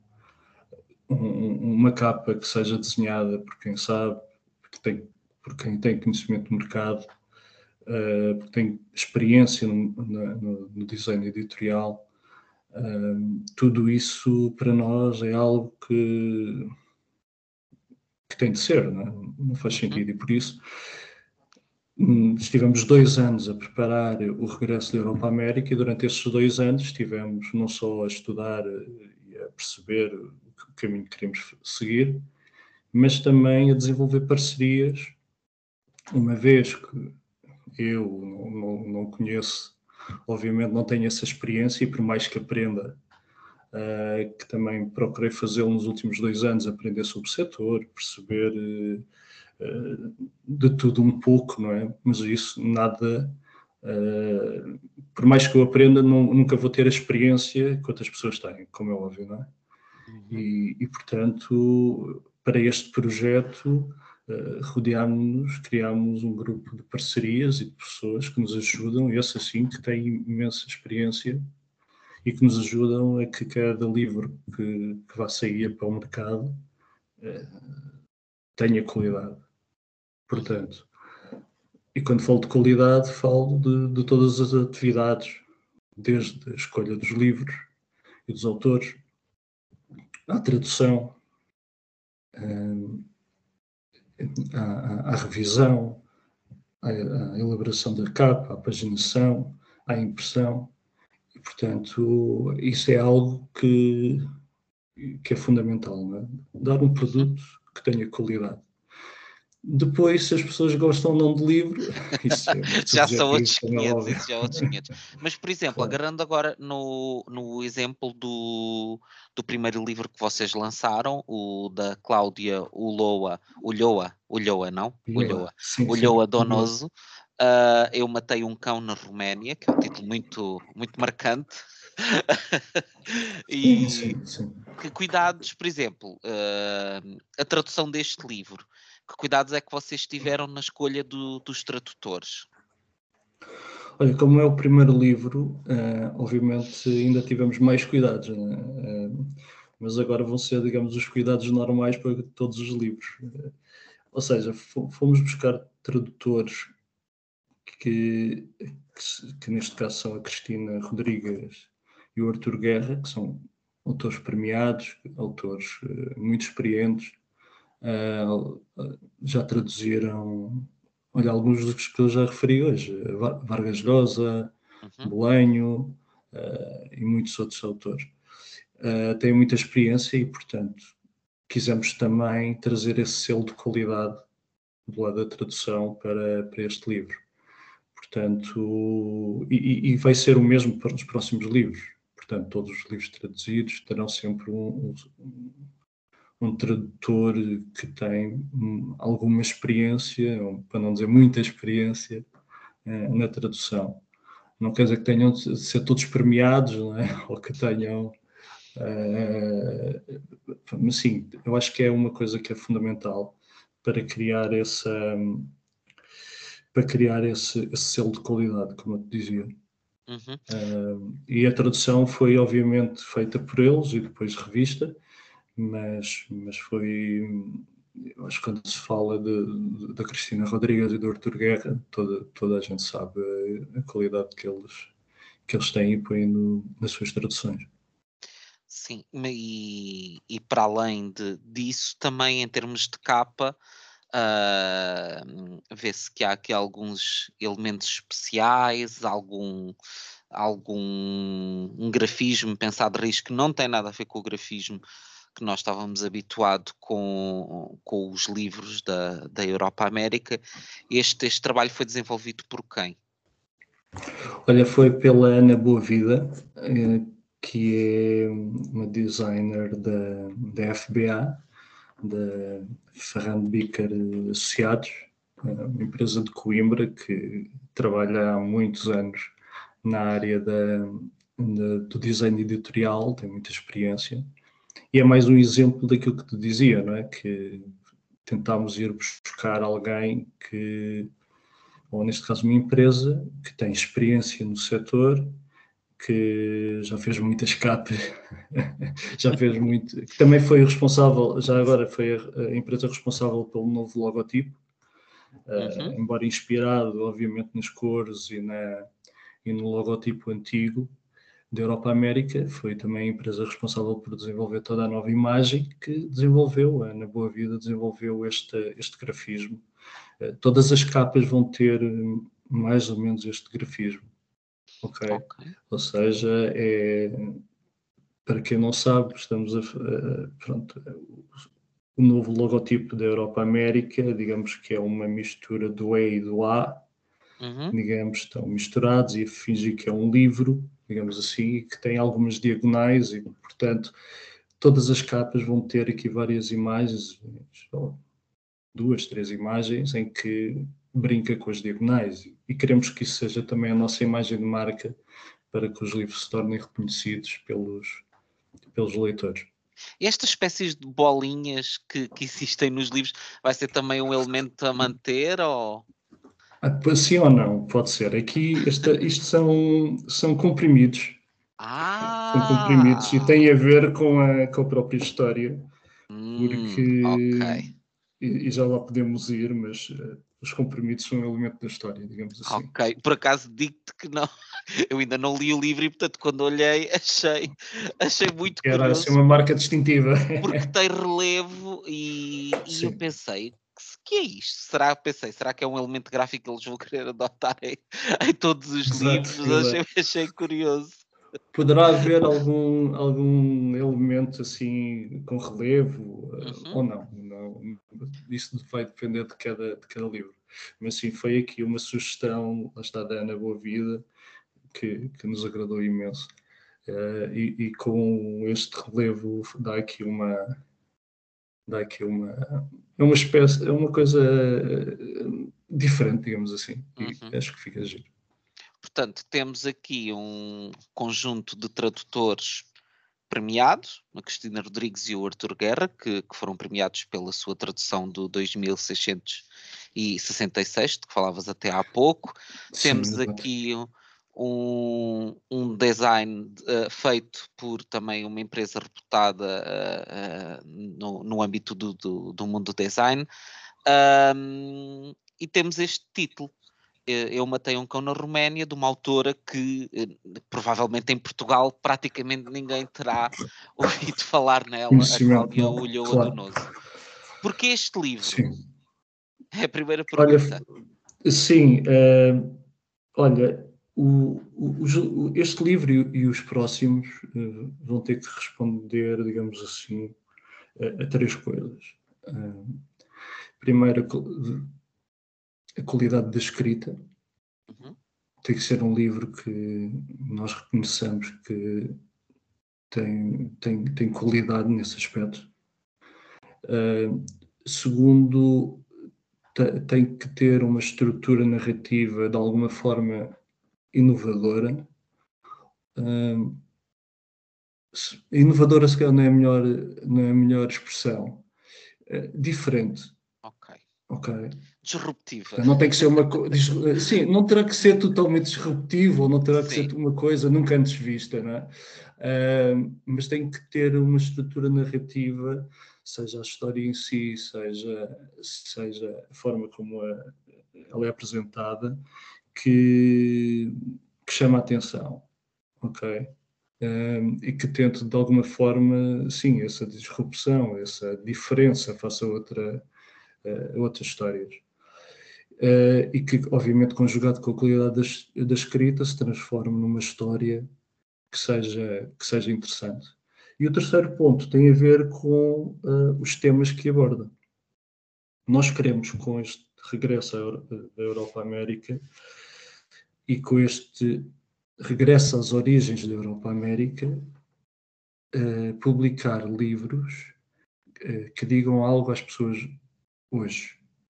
um, uma capa que seja desenhada por quem sabe, por, tem, por quem tem conhecimento de mercado, uh, porque tem experiência no, no, no design editorial. Uh, tudo isso para nós é algo que, que tem de ser, não é? Não faz Uhum. sentido, e por isso estivemos dois anos a preparar o regresso da Europa América e durante esses dois anos estivemos não só a estudar e a perceber o caminho que queríamos seguir, mas também a desenvolver parcerias, uma vez que eu não, não, não conheço, obviamente não tenho essa experiência e por mais que aprenda, uh, que também procurei fazê-lo nos últimos dois anos, aprender sobre o setor, perceber uh, de tudo um pouco, não é? Mas isso nada, uh, por mais que eu aprenda, não, nunca vou ter a experiência que outras pessoas têm, como é óbvio, não é? Uhum. E, e portanto, para este projeto, uh, rodeámos-nos, criámos um grupo de parcerias e de pessoas que nos ajudam, esse assim que têm imensa experiência e que nos ajudam a que cada livro que, que vá sair para o mercado uh, tenha qualidade. Portanto, e quando falo de qualidade, falo de, de todas as atividades, desde a escolha dos livros e dos autores, à tradução, à, à, à revisão, à, à elaboração da capa, à paginação, à impressão. E, portanto, isso é algo que, que é fundamental, não é? Dar um produto que tenha qualidade. Depois, se as pessoas gostam ou não de livro, isso é muito Já são subjetivo, outros como é quinhentos, óbvio. isso já é outros quinhentos. Mas, por exemplo, Claro. agarrando agora no, no exemplo do, do primeiro livro que vocês lançaram, o da Cláudia Ulloa, Ulloa, Ulloa, não? Ulloa, Sim, sim. Ulloa Donoso, uh, Eu Matei um Cão na Roménia, que é um título muito, muito marcante. Sim, E sim, sim. que cuidados, por exemplo, uh, a tradução deste livro, que cuidados é que vocês tiveram na escolha do, dos tradutores? Olha, como é o primeiro livro, uh, obviamente ainda tivemos mais cuidados, né? Uh, mas agora vão ser, digamos, os cuidados normais para todos os livros. Uh, ou seja, fomos buscar tradutores que, que, que neste caso são a Cristina Rodrigues e o Artur Guerra, que são autores premiados, autores uh, muito experientes, Uh, já traduziram, olha, alguns dos que eu já referi hoje, Vargas Llosa, Uhum. Bolenho uh, e muitos outros autores. Uh, têm muita experiência e, portanto, quisemos também trazer esse selo de qualidade do lado da tradução para, para este livro. Portanto, e, e vai ser o mesmo para os próximos livros. Portanto, todos os livros traduzidos terão sempre um, um, um tradutor que tem alguma experiência, para não dizer muita experiência, na tradução. Não quer dizer que tenham de ser todos premiados, não é? Ou que tenham... Mas sim, eu acho que é uma coisa que é fundamental para criar essa... para criar esse, esse selo de qualidade, como eu te dizia. Uhum. Uh, e a tradução foi obviamente feita por eles e depois revista, mas, mas foi, eu acho que quando se fala da Cristina Rodrigues e do Artur Guerra, toda, toda a gente sabe a, a qualidade que eles, que eles têm e põem no, nas suas traduções. Sim, e, e para além de, disso, também em termos de capa, uh, vê-se que há aqui alguns elementos especiais, algum, algum um grafismo pensado de risco que não tem nada a ver com o grafismo que nós estávamos habituados com, com os livros da, da Europa América. Este, este trabalho foi desenvolvido por quem? Olha, foi pela Ana Boavida, que é uma designer da, da F B A, da Ferrand Bicker Associados, uma empresa de Coimbra que trabalha há muitos anos na área da, da, do design editorial, tem muita experiência. E é mais um exemplo daquilo que te dizia, não é? Que tentámos ir buscar alguém que, ou neste caso uma empresa, que tem experiência no setor, que já fez muitas capas, já fez muito, que também foi responsável, já agora foi a, a empresa responsável pelo novo logotipo, Uhum. uh, embora inspirado, obviamente, nas cores e, na, e no logotipo antigo da Europa América, foi também a empresa responsável por desenvolver toda a nova imagem que desenvolveu, a Ana Boavida desenvolveu este, este grafismo. Uh, todas as capas vão ter mais ou menos este grafismo. Okay. Ok. Ou seja, é, para quem não sabe, estamos a, a pronto, o novo logotipo da Europa América, digamos que é uma mistura do E e do A, Uhum. digamos, estão misturados e fingir que é um livro, digamos assim, que tem algumas diagonais e, portanto, todas as capas vão ter aqui várias imagens, duas, três imagens, em que brinca com as diagonais e queremos que isso seja também a nossa imagem de marca para que os livros se tornem reconhecidos pelos, pelos leitores. E estas espécies de bolinhas que, que existem nos livros, vai ser também um elemento a manter ou... Ah, sim ou não, pode ser. Aqui esta, isto são, são comprimidos. São comprimidos e Ah! tem a ver com a, com a própria história, Hum, ok. porque, e, e já lá podemos ir, mas uh, os comprimidos são um elemento da história, digamos assim. Ok, por acaso digo-te que não, eu ainda não li o livro e portanto quando olhei achei, achei muito Era assim curioso uma marca distintiva. porque tem relevo e, e eu Sim. pensei, que, que é isto? Será, pensei, será que é um elemento gráfico que eles vão querer adotar em, em todos os Exato, livros? Achei, exato. achei curioso. Poderá haver algum, algum elemento assim com relevo uh, Uhum. ou não. não. Isso vai depender de cada, de cada livro. Mas sim, foi aqui uma sugestão, lá está da Ana Boavida, que, que nos agradou imenso. Uh, e, e com este relevo dá aqui uma. Dá aqui uma. É uma espécie, é uma coisa uh, diferente, digamos assim. E Uhum. acho que fica giro. Portanto, temos aqui um conjunto de tradutores premiados, a Cristina Rodrigues e o Artur Guerra, que, que foram premiados pela sua tradução do dois mil seiscentos e sessenta e seis, de que falavas até há pouco. Sim, Temos exato. aqui um, um design uh, feito por também uma empresa reputada uh, uh, no, no âmbito do, do, do mundo do design. Um, e temos este título, Eu Matei um Cão na Roménia, de uma autora que provavelmente em Portugal praticamente ninguém terá ouvido falar nela, a Conhecimento, Cláudia não, Ulloa claro. Donoso. Porquê este livro? Sim. É a primeira Olha, pergunta. sim, uh, olha, o, o, o, este livro e, e os próximos uh, vão ter que responder, digamos assim, a, a três coisas. Uh, primeiro, a qualidade da escrita. Uhum. Tem que ser um livro que nós reconheçamos que tem, tem, tem qualidade nesse aspecto. Uh, segundo, tem que ter uma estrutura narrativa de alguma forma inovadora. Uh, inovadora, se calhar, não é a melhor, não é a melhor expressão. Uh, diferente. Ok. Ok. Disruptiva. Não tem que ser uma coisa. Sim, não terá que ser totalmente disruptivo, ou não terá que Sim. ser uma coisa nunca antes vista, não é? Uh, mas tem que ter uma estrutura narrativa, seja a história em si, seja, seja a forma como a, ela é apresentada, que, que chama a atenção, ok? Uh, e que tente, de alguma forma, sim, essa disrupção, essa diferença face a, outra, a outras histórias. Uh, e que, obviamente, conjugado com a qualidade da, da escrita, se transforme numa história que seja, que seja interessante. E o terceiro ponto tem a ver com uh, os temas que aborda. Nós queremos, com este regresso da Europa à América e com este regresso às origens da Europa à América, uh, publicar livros uh, que digam algo às pessoas hoje.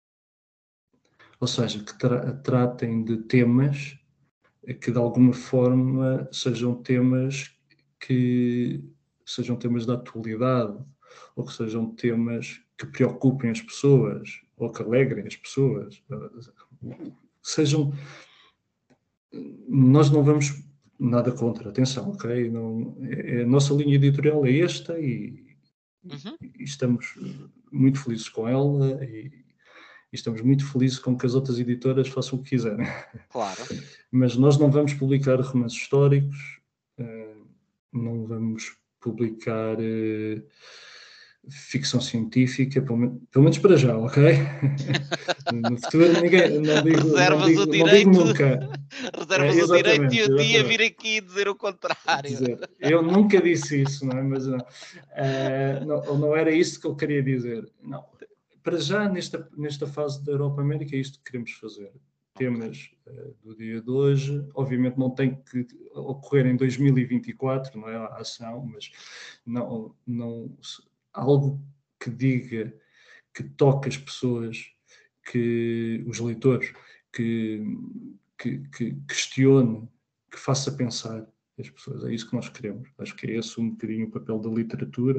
Ou seja, que tra tratem de temas que de alguma forma sejam temas que sejam temas da atualidade, ou que sejam temas que preocupem as pessoas, ou que alegrem as pessoas. Sejam... Nós não vamos nada contra, atenção, ok? Não, é, a nossa linha editorial é esta e, Uhum. e estamos muito felizes com ela e, e estamos muito felizes com que as outras editoras façam o que quiserem. Claro. Mas nós não vamos publicar romances históricos, uh, não vamos publicar uh, ficção científica, pelo, men pelo menos para já, ok? No futuro ninguém, não digo, não Reservas o digo, não digo direito, nunca. reservas É, o direito e exatamente, o dia exatamente. vir aqui dizer o contrário. Dizer, eu nunca disse isso, não é? Mas não, uh, não, não era isso que eu queria dizer. Não. Para já, nesta, nesta fase da Europa América, é isto que queremos fazer. Temas uh, do dia de hoje, obviamente não tem que ocorrer em dois mil e vinte e quatro, não é a ação, mas não, não, algo que diga, que toque as pessoas, que os leitores, que, que, que questione, que faça pensar as pessoas. É isso que nós queremos. Acho que é esse um bocadinho o papel da literatura.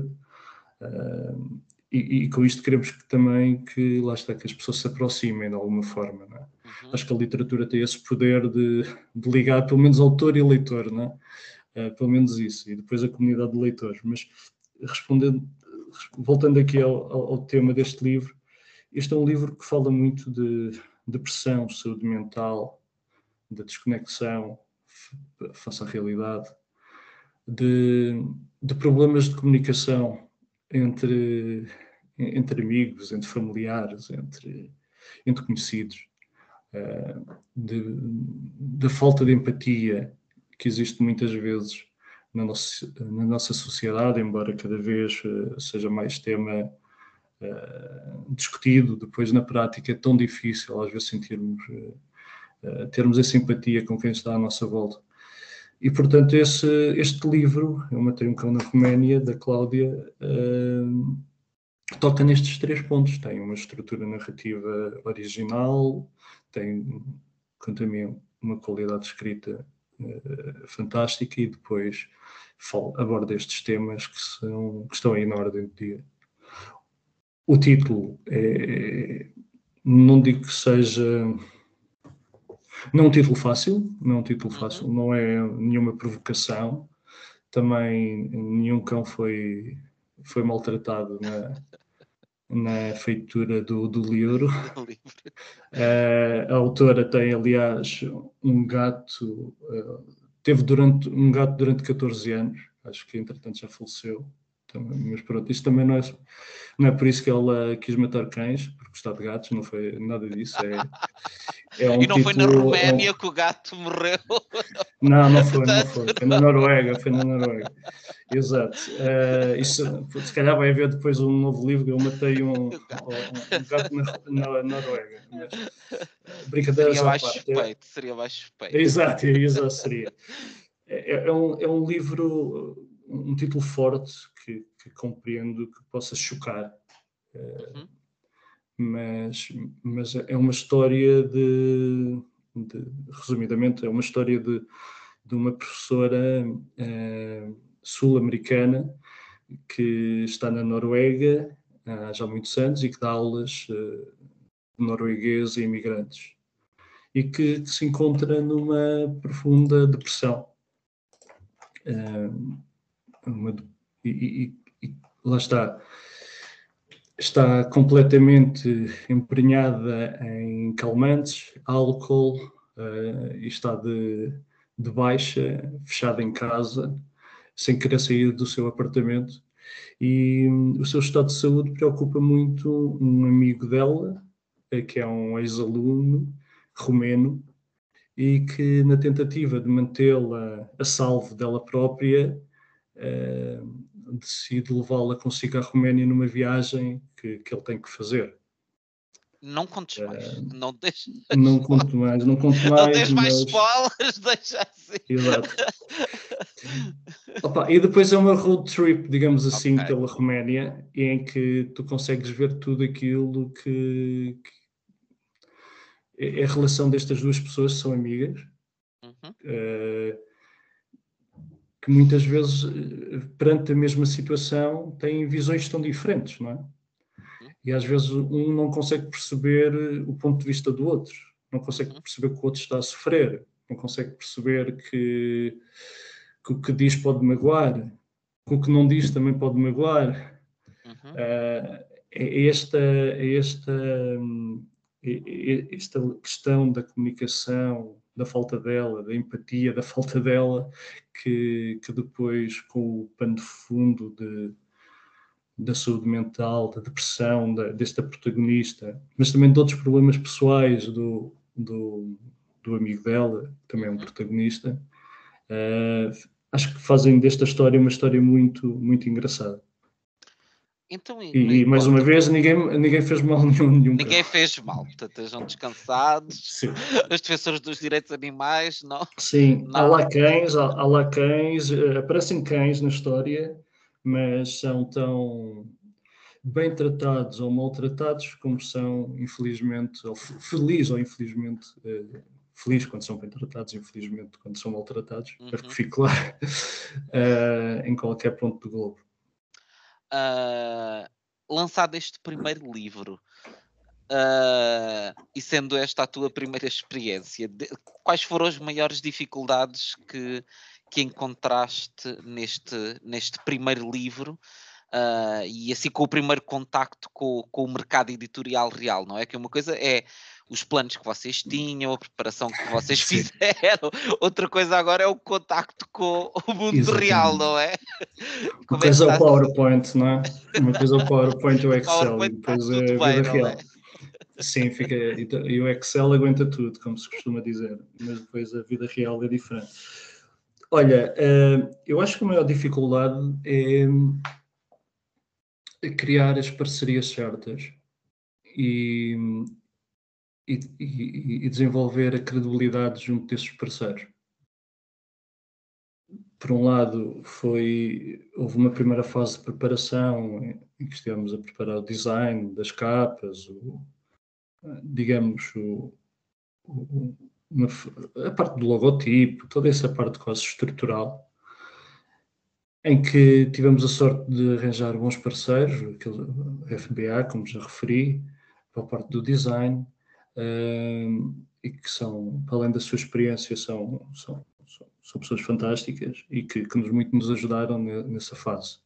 Uh, E, e com isto queremos que também que, lá está, que as pessoas se aproximem de alguma forma, não é? Uhum. Acho que a literatura tem esse poder de, de ligar pelo menos autor e leitor, não é? Uh, pelo menos isso, e depois a comunidade de leitores. Mas respondendo, voltando aqui ao, ao, ao tema deste livro, este é um livro que fala muito de depressão, saúde mental, da desconexão face à realidade, de, de problemas de comunicação entre, entre amigos, entre familiares, entre, entre conhecidos, uh, de, da falta de empatia que existe muitas vezes na nossa, na nossa sociedade, embora cada vez uh, seja mais tema uh, discutido, depois na prática é tão difícil às vezes sentirmos, uh, termos essa empatia com quem está à nossa volta. E, portanto, esse, este livro, Eu Matei um Cão na Roménia, da Cláudia, uh, toca nestes três pontos. Tem uma estrutura narrativa original, tem, quanto a mim, uma qualidade de escrita uh, fantástica e depois fala, aborda estes temas que, são, que estão aí na ordem do dia. O título, é, não digo que seja... Não é um título fácil, não é um título fácil, uhum. Não é nenhuma provocação. Também nenhum cão foi, foi maltratado na, na feitura do, do livro. Uh, a autora tem, aliás, um gato, uh, teve durante, um gato durante catorze anos, acho que entretanto já faleceu, Também, mas pronto, isto também não é, não é por isso que ela quis matar cães, porque gostar de gatos, não foi nada disso. É, é um E não foi na título. É um... Roménia que o gato morreu. Não, não foi, não Portanto, foi. Foi na Noruega, foi na Noruega. Exato. Uh, isso, se calhar vai haver depois um novo livro. Eu matei um, um, um gato na, na Noruega. Mas, uh, brincadeiras seria à mais parte. É, suspeito, seria mais suspeito. exato, exato seria. É, é, um, é um livro, um título forte que, que compreendo que possa chocar. Uh, Uhum. mas, mas é uma história de, de resumidamente, é uma história de, de uma professora uh, sul-americana que está na Noruega há já muitos anos e que dá aulas uh, de norueguês a imigrantes e que, que se encontra numa profunda depressão. Uh, uma, e, e, e lá está. Está completamente emprenhada em calmantes, álcool, uh, e está de, de baixa, fechada em casa, sem querer sair do seu apartamento. E um, o seu estado de saúde preocupa muito um amigo dela, que é um ex-aluno romeno, e que na tentativa de mantê-la a salvo dela própria, uh, decide levá-la consigo à Roménia numa viagem que, que ele tem que fazer. Não contes mais. Uh, Não deixes não conto mais, não conto Não mais, tens mais mas... spoilers, deixa assim. Exato. Opa, e depois é uma road trip, digamos assim, Ok. pela Roménia, em que tu consegues ver tudo aquilo que, que é a relação destas duas pessoas que são amigas, Uhum. uh, que muitas vezes, perante a mesma situação, têm visões tão diferentes, não é? Uhum. E às vezes um não consegue perceber o ponto de vista do outro, não consegue Uhum. perceber que o outro está a sofrer, não consegue perceber que, que o que diz pode magoar, que o que não diz também pode magoar. Uhum. Uh, é esta, é esta, é esta questão da comunicação, da falta dela, da empatia, da falta dela, que, que depois, com o pano de fundo de, da saúde mental, da depressão, da, desta protagonista, mas também de outros problemas pessoais do, do, do amigo dela, que também é um Uhum. protagonista, uh, acho que fazem desta história uma história muito, muito engraçada. Então, e, E, e e mais uma conta-me. vez, ninguém, ninguém fez mal nenhum, nenhum cão. Ninguém fez mal, portanto, estejam descansados. Sim. Os defensores dos direitos animais, não. Sim, há Não. lá cães, há, há lá cães, uh, aparecem cães na história, mas são tão bem tratados ou maltratados como são, infelizmente, ou feliz ou infelizmente, uh, feliz quando são bem tratados, infelizmente quando são maltratados, espero que Uhum. fique claro, uh, em qualquer ponto do globo. Uh, lançado este primeiro livro, uh, e sendo esta a tua primeira experiência, de, quais foram as maiores dificuldades que, que encontraste neste, neste primeiro livro? Uh, e assim com o primeiro contacto com, com o mercado editorial real, não é? Que uma coisa é os planos que vocês tinham, a preparação que vocês Sim. fizeram, outra coisa agora é o contacto com o mundo real, Exatamente. não é? Uma Como é que coisa é o está a ser? PowerPoint, não é? Uma coisa é o PowerPoint e o O Excel, e PowerPoint está depois tudo é a bem, vida não é? real. Sim, fica, e o Excel aguenta tudo, como se costuma dizer, mas depois a vida real é diferente. Olha, eu acho que a maior dificuldade é criar as parcerias certas e, e, e desenvolver a credibilidade junto desses parceiros. Por um lado, foi, houve uma primeira fase de preparação em que estivemos a preparar o design das capas, o, digamos, o, o, uma, a parte do logotipo, toda essa parte quase estrutural, em que tivemos a sorte de arranjar bons parceiros, aquele F B A, como já referi, para a parte do design, um, e que são, para além da sua experiência, são, são, são, são pessoas fantásticas e que, que nos, muito nos ajudaram nessa fase.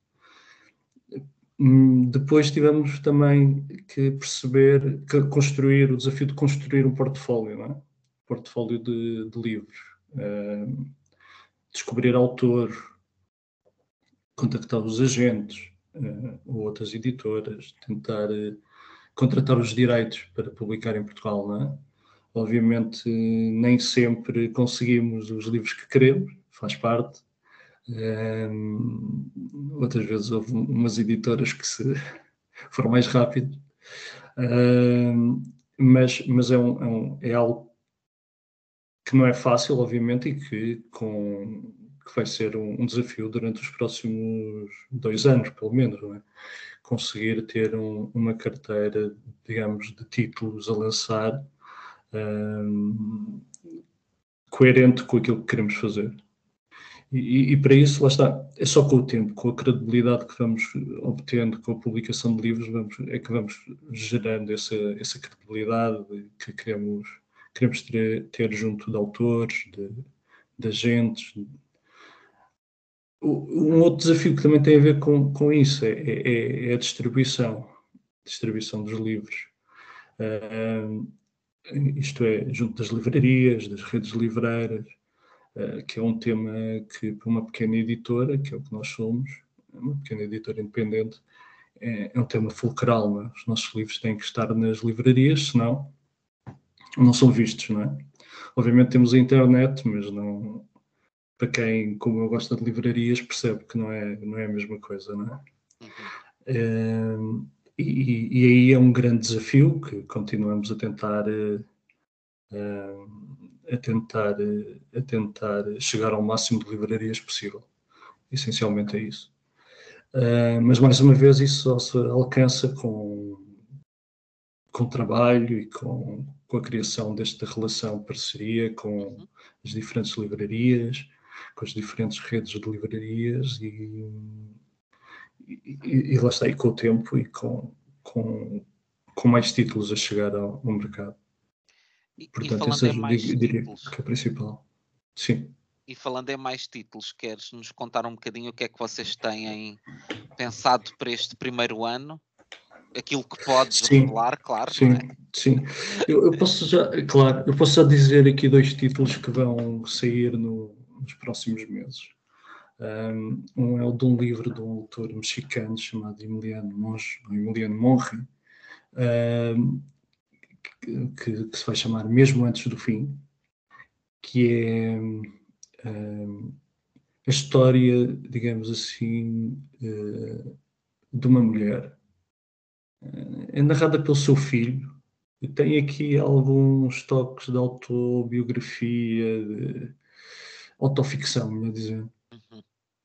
Depois tivemos também que perceber, que construir, o desafio de construir um portfólio, não é? Portfólio de, de livros. Uh, descobrir autor, contactar os agentes uh, ou outras editoras, tentar uh, contratar os direitos para publicar em Portugal, não é? Obviamente, nem sempre conseguimos os livros que queremos, faz parte. Um, outras vezes houve umas editoras que se foram mais rápidas. Um, mas mas é, um, é, um, é algo que não é fácil, obviamente, e que, com, que vai ser um, um desafio durante os próximos dois anos, pelo menos, não é? Conseguir ter um, uma carteira, digamos, de títulos a lançar um, coerente com aquilo que queremos fazer. E, e, para isso, lá está, é só com o tempo, com a credibilidade que vamos obtendo com a publicação de livros, vamos, é que vamos gerando essa, essa credibilidade que queremos, queremos ter, ter junto de autores, de, de agentes. Um outro desafio que também tem a ver com, com isso é, é, é a distribuição, distribuição dos livros. Uh, isto é, junto das livrarias, das redes livreiras, Uh, que é um tema que, para uma pequena editora, que é o que nós somos, uma pequena editora independente, é, é um tema fulcral. Não é? Os nossos livros têm que estar nas livrarias, senão não são vistos, não é? Obviamente temos a internet, mas não, para quem, como eu, gosta de livrarias, percebe que não é, não é a mesma coisa, não é? Uhum. Uh, e, e aí é um grande desafio que continuamos a tentar... Uh, uh, a tentar, a tentar chegar ao máximo de livrarias possível. Essencialmente é isso. Uh, mas, mais uma vez, isso só se alcança com, com trabalho e com, com a criação desta relação, parceria com as diferentes livrarias, com as diferentes redes de livrarias e, e, e lá está, e com o tempo e com, com, com mais títulos a chegar ao, ao mercado. E, Portanto, e falando esse em mais eu diria títulos, que é o principal. Sim. E falando em mais títulos, queres nos contar um bocadinho o que é que vocês têm pensado para este primeiro ano? Aquilo que podes Sim, revelar, claro, não sim, é? sim. Eu, eu posso já, claro, eu posso já dizer aqui dois títulos que vão sair no, nos próximos meses. Um, um é o de um livro de um autor mexicano chamado Emiliano Monge, Emiliano Monge, um, que, que se vai chamar Mesmo Antes do Fim, que é um, a história, digamos assim, uh, de uma mulher. Uh, é narrada pelo seu filho. E tem aqui alguns toques de autobiografia, de autoficção, melhor dizendo. Uhum.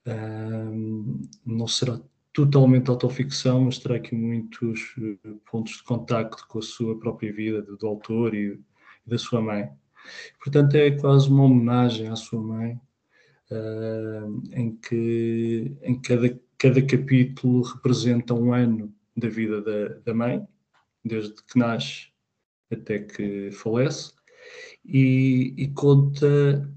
Um, não será totalmente autoficção, mas terá aqui muitos uh, pontos de contacto com a sua própria vida, do, do autor e, e da sua mãe. Portanto, é quase uma homenagem à sua mãe, uh, em que em cada, cada capítulo representa um ano da vida da, da mãe, desde que nasce até que falece, e, e conta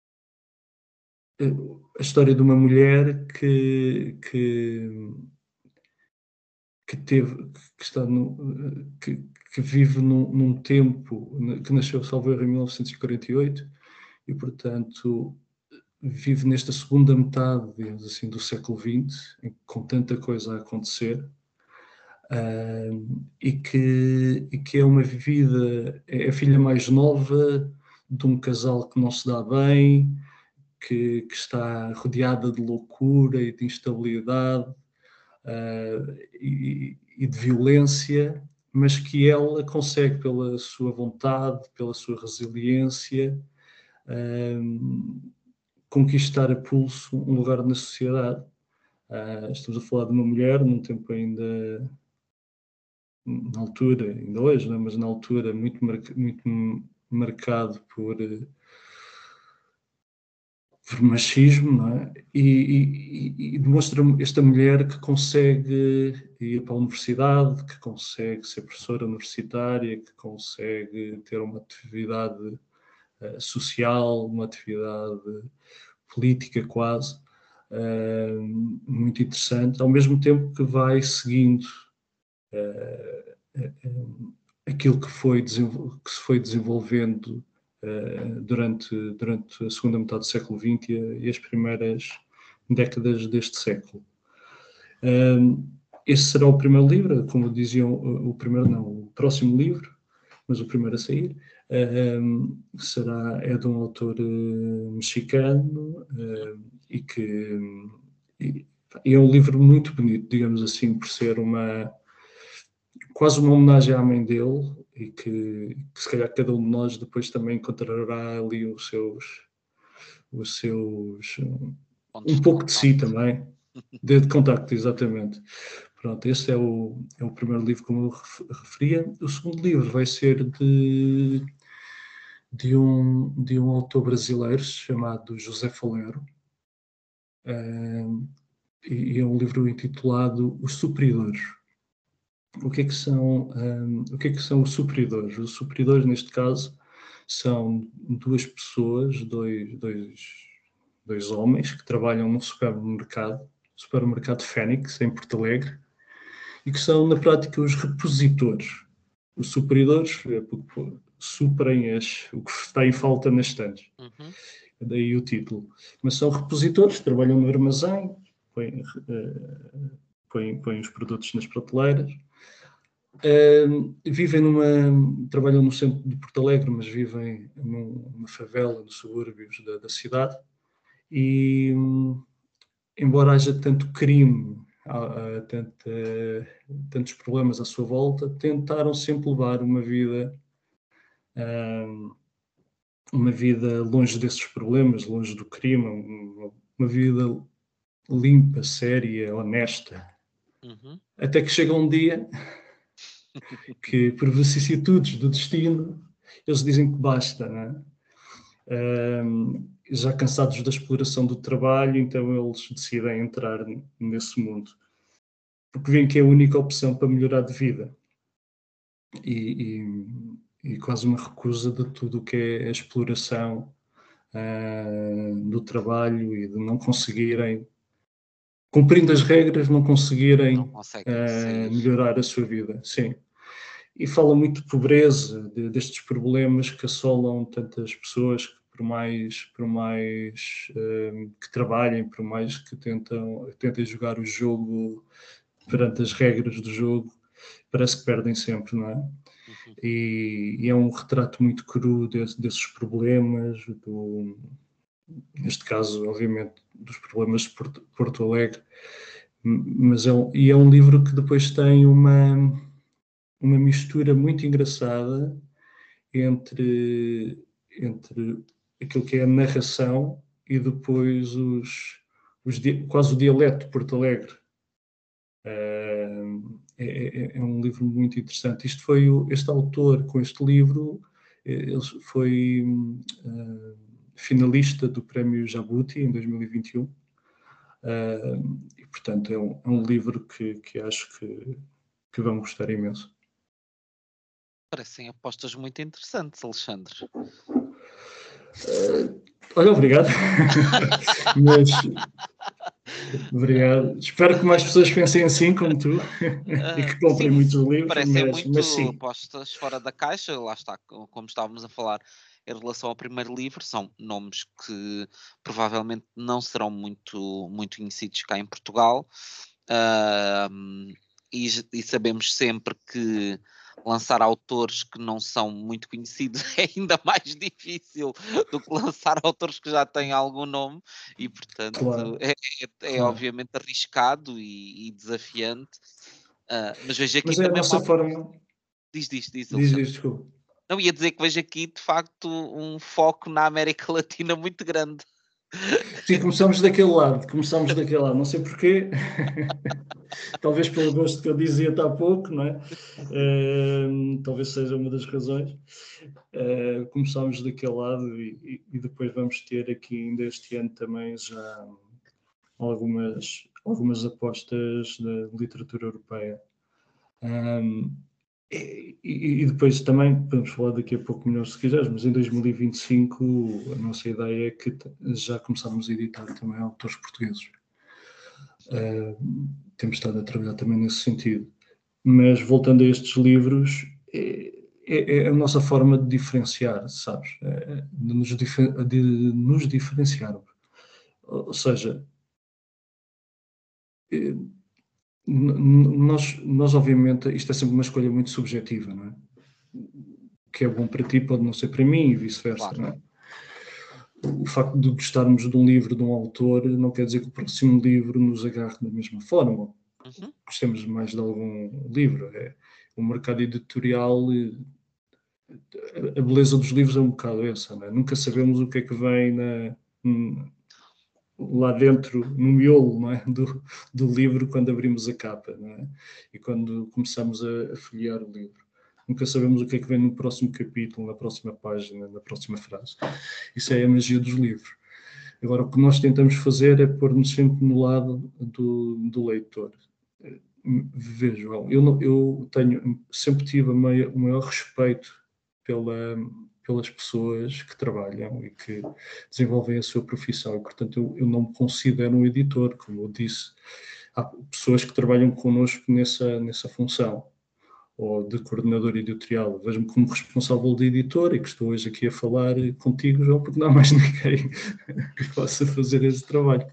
a história de uma mulher que, que, que teve, que está no, que, que vive num, num tempo, que nasceu, salvo erro, em mil novecentos e quarenta e oito, e, portanto, vive nesta segunda metade, digamos assim, do século vinte, com tanta coisa a acontecer, uh, e, que, e que é uma vida, é a filha mais nova de um casal que não se dá bem, que, que está rodeada de loucura e de instabilidade uh, e, e de violência, mas que ela consegue, pela sua vontade, pela sua resiliência, uh, conquistar a pulso um lugar na sociedade. Uh, estamos a falar de uma mulher num tempo ainda, na altura, ainda hoje, não é? Mas na altura muito, marca, muito marcado por, por machismo, não é? E, e, e demonstra esta mulher que consegue ir para a universidade, que consegue ser professora universitária, que consegue ter uma atividade uh, social, uma atividade política quase, uh, muito interessante, ao mesmo tempo que vai seguindo uh, uh, aquilo que, foi que se foi desenvolvendo uh, durante, durante a segunda metade do século vinte e, a, e as primeiras décadas deste século. Um, esse será o primeiro livro, como diziam, o, o primeiro não, o próximo livro, mas o primeiro a sair, um, será, é de um autor uh, mexicano uh, e que e, e é um livro muito bonito, digamos assim, por ser uma quase uma homenagem à mãe dele e que, que se calhar cada um de nós depois também encontrará ali os seus, os seus Pontos um de pouco de si contacto. também, de, de contacto, exatamente. Pronto, esse é o, é o primeiro livro, como eu referia. O segundo livro vai ser de, de, um, de um autor brasileiro chamado José Falero. Um, e é um livro intitulado Os Supridores. O que é que são, um, o que é que são os supridores? Os supridores, neste caso, são duas pessoas, dois, dois, dois homens que trabalham num supermercado, supermercado Fênix, em Porto Alegre, e que são, na prática, os repositores. Os supridores é porque suprem as, o que está em falta nas estantes. Uhum. Daí o título. Mas são repositores, trabalham no armazém, põem, uh, põem, põem os produtos nas prateleiras. Uh, vivem numa... Trabalham no centro de Porto Alegre, mas vivem numa favela, nos subúrbios da, da cidade. E, um, embora haja tanto crime, há, há tanta, tantos problemas à sua volta, tentaram sempre levar uma vida... Um, uma vida longe desses problemas, longe do crime, uma, uma vida limpa, séria, honesta. Uhum. Até que chega um dia que, por vicissitudes do destino, eles dizem que basta, não é? Um, já cansados da exploração do trabalho, então eles decidem entrar nesse mundo. Porque veem que é a única opção para melhorar de vida. E, e, e quase uma recusa de tudo o que é a exploração uh, do trabalho e de não conseguirem, cumprindo as regras, não conseguirem Não conseguem uh, sair. melhorar a sua vida. Sim. E fala muito de pobreza, de, destes problemas que assolam tantas pessoas que por mais, por mais uh, que trabalhem, por mais que tentam, tentem jogar o jogo perante as regras do jogo, parece que perdem sempre, não é? Uhum. E, e é um retrato muito cru desse, desses problemas, do, neste caso, obviamente, dos problemas de Porto, Porto Alegre, mas é um, e é um livro que depois tem uma, uma mistura muito engraçada entre, entre aquilo que é a narração e depois os, os quase o dialeto de Porto Alegre. Uh, é, é, é um livro muito interessante. Isto foi o, este autor com este livro, ele foi uh, finalista do Prémio Jabuti em dois mil e vinte e um. Uh, e portanto é um, é um livro que, que acho que, que vão gostar imenso. Parecem apostas muito interessantes, Alexandre. Uh, olha, obrigado. Mas obrigado. Espero que mais pessoas pensem assim como tu e que comprem sim, muitos livros, parecem mas, muito mas sim. apostas fora da caixa, lá está, como estávamos a falar em relação ao primeiro livro, são nomes que provavelmente não serão muito, muito conhecidos cá em Portugal, uh, e, e sabemos sempre que lançar autores que não são muito conhecidos é ainda mais difícil do que lançar autores que já têm algum nome e, portanto, Claro, é, é, é claro. obviamente arriscado e, e desafiante. Uh, mas vejo aqui Mas é a também nossa uma... forma. Diz, diz, diz, Diz, Alexandre. diz, desculpa. Não, ia dizer que vejo aqui, de facto, um foco na América Latina muito grande. Sim, começamos daquele lado, começamos daquele lado, não sei porquê, talvez pelo gosto que eu dizia há pouco, não é? Uh, talvez seja uma das razões. Uh, começámos daquele lado e, e, depois vamos ter aqui ainda este ano também já algumas, algumas apostas da literatura europeia. Um, E, e, e depois também, podemos falar daqui a pouco melhor se quiseres, mas em dois mil e vinte e cinco a nossa ideia é que já começámos a editar também autores portugueses. Uh, temos estado a trabalhar também nesse sentido. Mas voltando a estes livros, é, é, é a nossa forma de diferenciar, sabes? É, de, nos difer, de nos diferenciarmos. Ou seja, é, nós, nós, obviamente, isto é sempre uma escolha muito subjetiva, não é? O que é bom para ti pode não ser para mim e vice-versa, Claro. não é? O facto de gostarmos de um livro de um autor não quer dizer que o próximo livro nos agarre da mesma forma. Uhum. Gostemos mais de algum livro. É, o mercado editorial, a beleza dos livros é um bocado essa, não é? Nunca sabemos o que é que vem na, lá dentro, no miolo, não é? do, do livro, quando abrimos a capa, não é? E quando começamos a, a folhear o livro. Nunca sabemos o que é que vem no próximo capítulo, na próxima página, na próxima frase. Isso é a magia dos livros. Agora, o que nós tentamos fazer é pôr-nos sempre no lado do, do leitor. Vejam, eu, não, eu tenho, sempre tive o maior, o maior respeito pela, pelas pessoas que trabalham e que desenvolvem a sua profissão. E, portanto, eu, eu não me considero um editor, como eu disse. Há pessoas que trabalham connosco nessa, nessa função, ou de coordenador editorial. Vejo-me como responsável de editor e que estou hoje aqui a falar contigo, João, porque não há mais ninguém que possa fazer esse trabalho.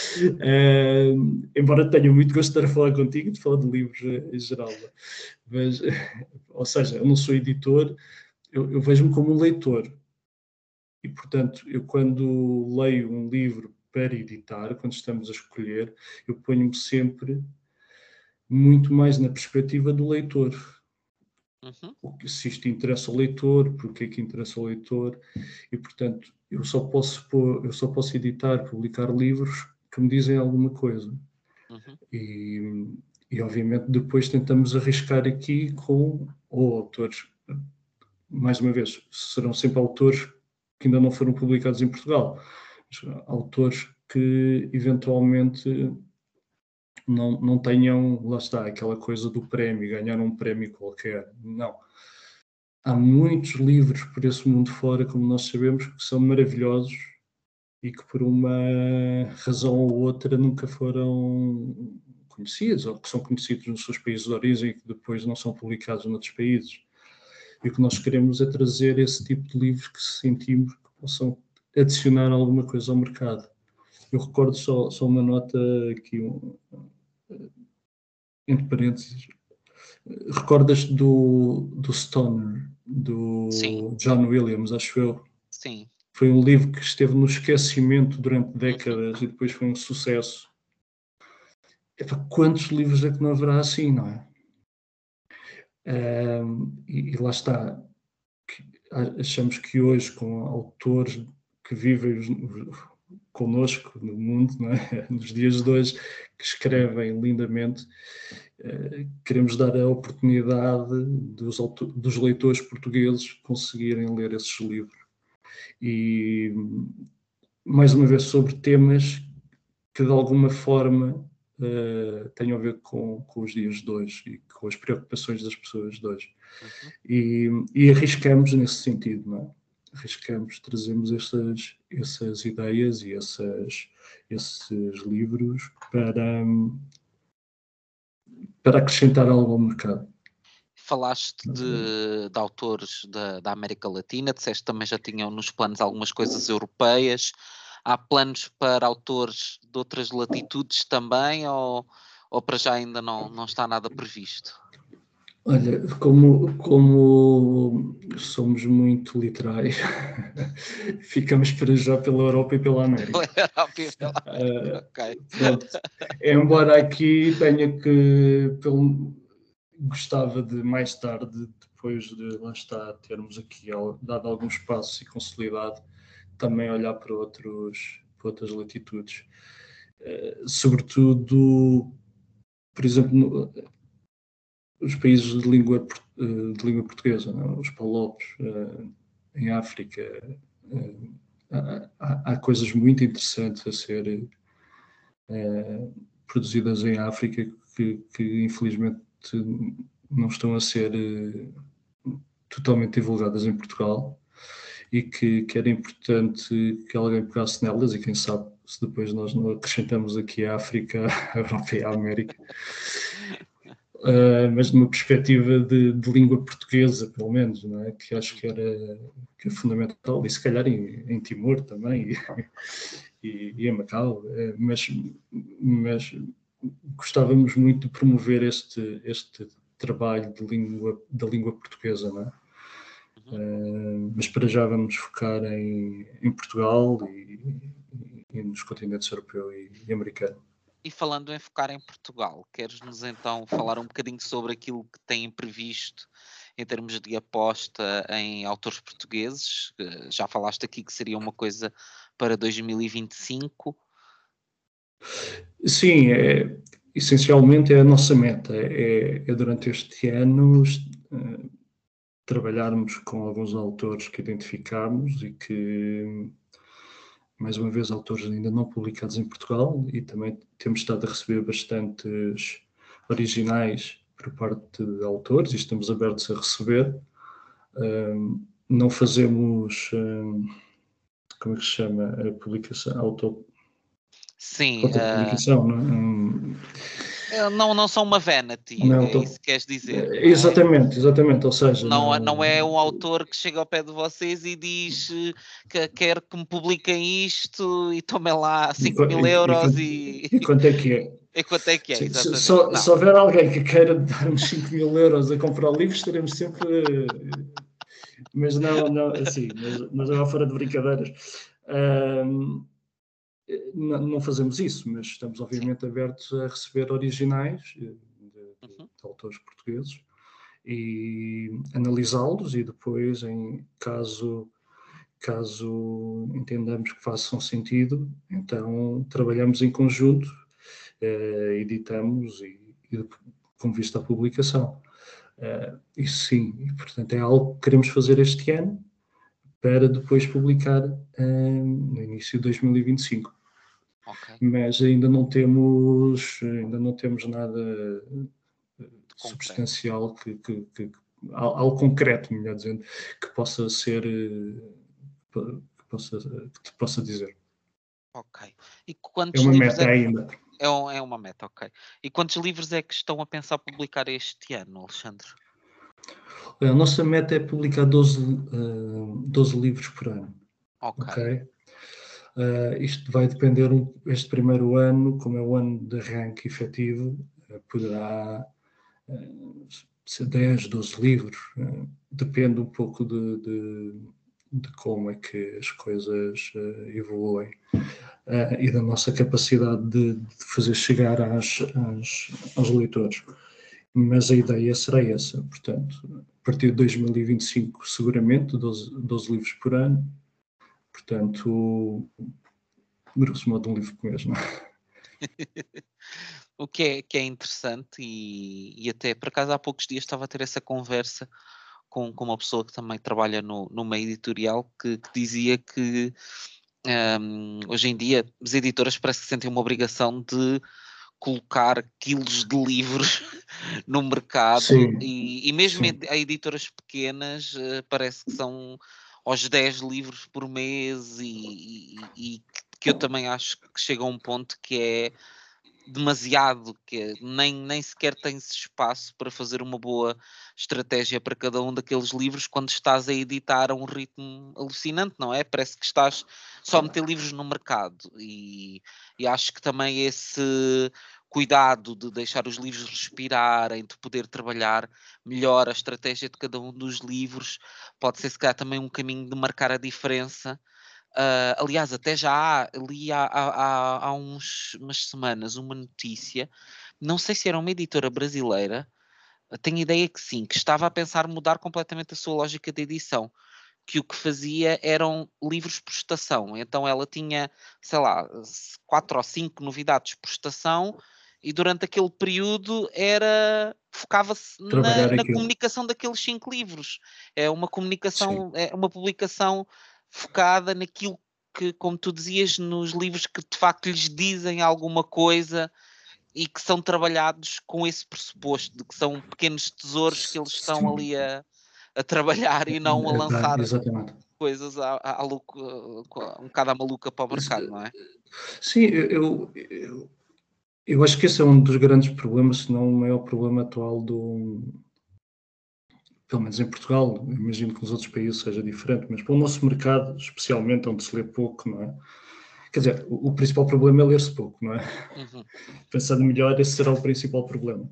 Uh, embora tenha muito gosto de estar a falar contigo e de falar de livros em geral. Mas, ou seja, eu não sou editor, eu, eu vejo-me como um leitor. E, portanto, eu quando leio um livro para editar, quando estamos a escolher, eu ponho-me sempre muito mais na perspectiva do leitor. Uhum. Se isto interessa ao leitor, porque é que interessa ao leitor, e portanto eu só posso pôr, eu só posso editar, publicar livros que me dizem alguma coisa. Uhum. E, e obviamente depois tentamos arriscar aqui com ou autores, mais uma vez, serão sempre autores que ainda não foram publicados em Portugal, autores que eventualmente não, não tenham, lá está, aquela coisa do prémio, ganhar um prémio qualquer, não. Há muitos livros por esse mundo fora, como nós sabemos, que são maravilhosos e que por uma razão ou outra nunca foram conhecidos, ou que são conhecidos nos seus países de origem e que depois não são publicados noutros países. E o que nós queremos é trazer esse tipo de livros que sentimos que possam adicionar alguma coisa ao mercado. Eu recordo só, só uma nota aqui, um, entre parênteses. Recordas do, do Stoner, do Sim. John Williams, acho eu? Sim. Foi um livro que esteve no esquecimento durante décadas uhum. e depois foi um sucesso. Epa, quantos livros é que não haverá assim, não é? Um, e, e lá está. Que, achamos que hoje, com autores que vivem connosco no mundo, não é? Nos dias de hoje, que escrevem lindamente, uh, queremos dar a oportunidade dos, dos leitores portugueses conseguirem ler esses livros. E, mais uma vez, sobre temas que, de alguma forma, uh, tenham a ver com, com os dias de hoje e com as preocupações das pessoas de hoje. Uhum. E, e arriscamos nesse sentido, não é? Arriscamos, trazemos essas, essas ideias e essas, esses livros para, para acrescentar algo ao mercado. Falaste de, de autores da, da América Latina, disseste também já tinham nos planos algumas coisas europeias. Há planos para autores de outras latitudes também, ou, ou para já ainda não, não está nada previsto? Olha, como, como somos muito literais, ficamos para já pela Europa e pela América. Pela Europa e pela América, uh, ok. Pronto. Embora aqui tenha que, pelo, gostava de mais tarde, depois de lá estar, termos aqui dado alguns passos e consolidado, também olhar para, outros, para outras latitudes. Uh, sobretudo, por exemplo, no, os países de língua, de língua portuguesa, não? Os palopes, uh, em África. Uh, há, há, há coisas muito interessantes a ser uh, produzidas em África que, que infelizmente não estão a ser uh, totalmente divulgadas em Portugal e que, que era importante que alguém pegasse nelas e quem sabe se depois nós não acrescentamos aqui a África, a Europa e a América. Uh, mas numa perspectiva de, de língua portuguesa, pelo menos, não é? Que acho que era que é fundamental, e se calhar em, em Timor também, e, e, e em Macau, uh, mas, mas gostávamos muito de promover este, este trabalho de língua, da língua portuguesa, não é? Uhum. Uh, mas para já vamos focar em, em Portugal e, e nos continentes europeu e, e americano. E falando em focar em Portugal, queres-nos então falar um bocadinho sobre aquilo que têm previsto em termos de aposta em autores portugueses? Já falaste aqui que seria uma coisa para dois mil e vinte e cinco. Sim, é, essencialmente é a nossa meta. É, é durante este ano uh, trabalharmos com alguns autores que identificamos e que, mais uma vez, autores ainda não publicados em Portugal, e também temos estado a receber bastantes originais por parte de autores e estamos abertos a receber. Um, não fazemos, um, como é que se chama, a publicação, auto, Sim, autopublicação, uh, não é? Um, não, não são uma vanity, não, é isso que queres dizer, não é? Exatamente, exatamente, ou seja... Não, não, não é um autor que chega ao pé de vocês e diz que quer que me publiquem isto e tomem lá cinco mil euros e... E quanto é que é? E quanto é que é, Sim, exatamente. se, se, se houver alguém que queira dar-nos cinco mil euros a comprar livros, estaremos sempre... Mas não, não assim, mas, mas agora fora de brincadeiras. Um, não, não fazemos isso, mas estamos obviamente Sim. abertos a receber originais de, de, uhum. de autores portugueses e analisá-los e depois, em caso, caso entendamos que façam sentido, então trabalhamos em conjunto, eh, editamos e, e com vista à publicação. Uh, isso sim, e, portanto é algo que queremos fazer este ano para depois publicar uh, no início de dois mil e vinte e cinco. Okay. Mas ainda não temos, ainda não temos nada concreto. Substancial, que, que, que, algo concreto, melhor dizendo, que possa ser, que, possa, que te possa dizer. Ok. E quantos é uma livros meta é que... ainda. É, um, é uma meta, ok. E quantos livros é que estão a pensar publicar este ano, Alexandre? A nossa meta é publicar doze, uh, doze livros por ano. Ok. okay? Uh, isto vai depender, este primeiro ano, como é o ano de arranque efetivo, uh, poderá uh, ser dez, doze livros, uh, depende um pouco de, de, de como é que as coisas uh, evoluem uh, e da nossa capacidade de, de fazer chegar às, às, aos leitores. Mas a ideia será essa, portanto, a partir de dois mil e vinte e cinco, seguramente, doze, doze livros por ano, portanto, grosso modo um livro por mês, não é? O que é, que é interessante e, e até, por acaso, há poucos dias estava a ter essa conversa com, com uma pessoa que também trabalha no, no meio editorial, que, que dizia que um, hoje em dia as editoras parece que sentem uma obrigação de colocar quilos de livros no mercado e, e mesmo sim. a editoras pequenas uh, parece que são aos dez livros por mês e, e, e que eu também acho que chega a um ponto que é demasiado, que nem, nem sequer tens espaço para fazer uma boa estratégia para cada um daqueles livros quando estás a editar a um ritmo alucinante, não é? Parece que estás só a meter livros no mercado e, e acho que também esse cuidado de deixar os livros respirarem, de poder trabalhar melhor a estratégia de cada um dos livros, pode ser se calhar também um caminho de marcar a diferença. Uh, aliás, até já há, li há, há, há uns, umas semanas uma notícia, não sei se era uma editora brasileira, tenho ideia que sim, que estava a pensar mudar completamente a sua lógica de edição, que o que fazia eram livros por estação, então ela tinha, sei lá, quatro ou cinco novidades por estação e durante aquele período era focava-se na, na comunicação daqueles cinco livros. É uma comunicação, sim. É uma publicação focada naquilo que, como tu dizias, nos livros que de facto lhes dizem alguma coisa e que são trabalhados com esse pressuposto de que são pequenos tesouros que eles estão Sim. ali a, a trabalhar e não a lançar Exatamente. coisas à, à, à louca, um bocado à maluca para o mercado, não é? Sim, eu, eu, eu acho que esse é um dos grandes problemas, se não o maior problema atual do... pelo menos em Portugal, imagino que nos outros países seja diferente, mas para o nosso mercado, especialmente onde se lê pouco, não é? Quer dizer, o, o principal problema é ler-se pouco, não é? Uhum. Pensando melhor, esse será o principal problema.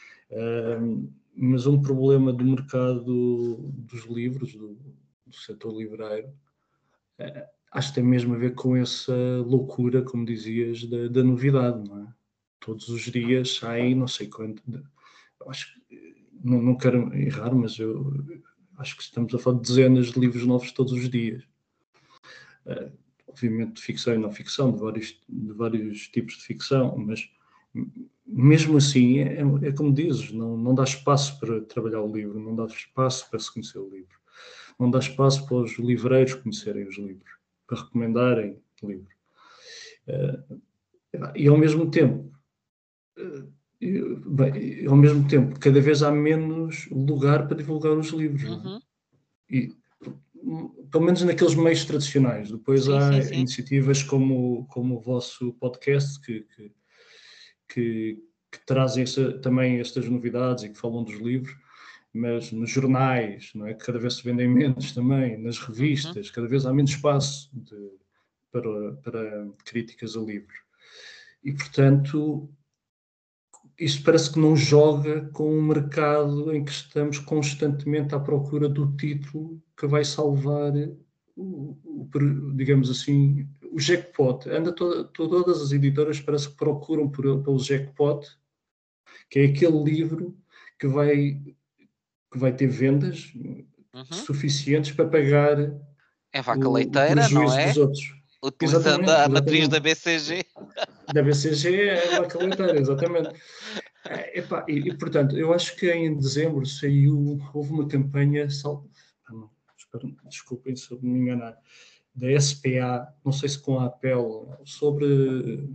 Um, mas um problema do mercado dos livros, do, do setor livreiro, uh, acho que tem mesmo a ver com essa loucura, como dizias, da, da novidade, não é? Todos os dias saem não sei quanto. De, acho que, não, não quero errar, mas eu acho que estamos a falar de dezenas de livros novos todos os dias. Uh, obviamente de ficção e não ficção, de vários, de vários tipos de ficção, mas mesmo assim, é, é como dizes, não, não dá espaço para trabalhar o livro, não dá espaço para se conhecer o livro, não dá espaço para os livreiros conhecerem os livros, para recomendarem o livro. Uh, e ao mesmo tempo, uh, bem, ao mesmo tempo, cada vez há menos lugar para divulgar os livros, Uhum. não é? E, pelo menos naqueles meios tradicionais. Depois sim, há sim, sim. iniciativas como, como o vosso podcast que, que, que, que trazem essa, também estas novidades e que falam dos livros, mas nos jornais, não é? Que cada vez se vendem menos também, nas revistas, uhum. Cada vez há menos espaço de, para, para críticas a livros. E, portanto, isso parece que não joga com um mercado em que estamos constantemente à procura do título que vai salvar o, o digamos assim, o jackpot. Anda toda, todas as editoras parece que procuram por, pelo jackpot, que é aquele livro que vai, que vai ter vendas uhum. suficientes para pagar é vaca o, leiteira, o prejuízo não é? dos outros. Utilizando exatamente, a exatamente. matriz da B C G. Da B C G é vaca leiteira, exatamente. É, epá, e, e, portanto, eu acho que em dezembro saiu, houve uma campanha, sal, não, espero, desculpem se eu me enganar, da S P A, não sei se com a Apple, sobre,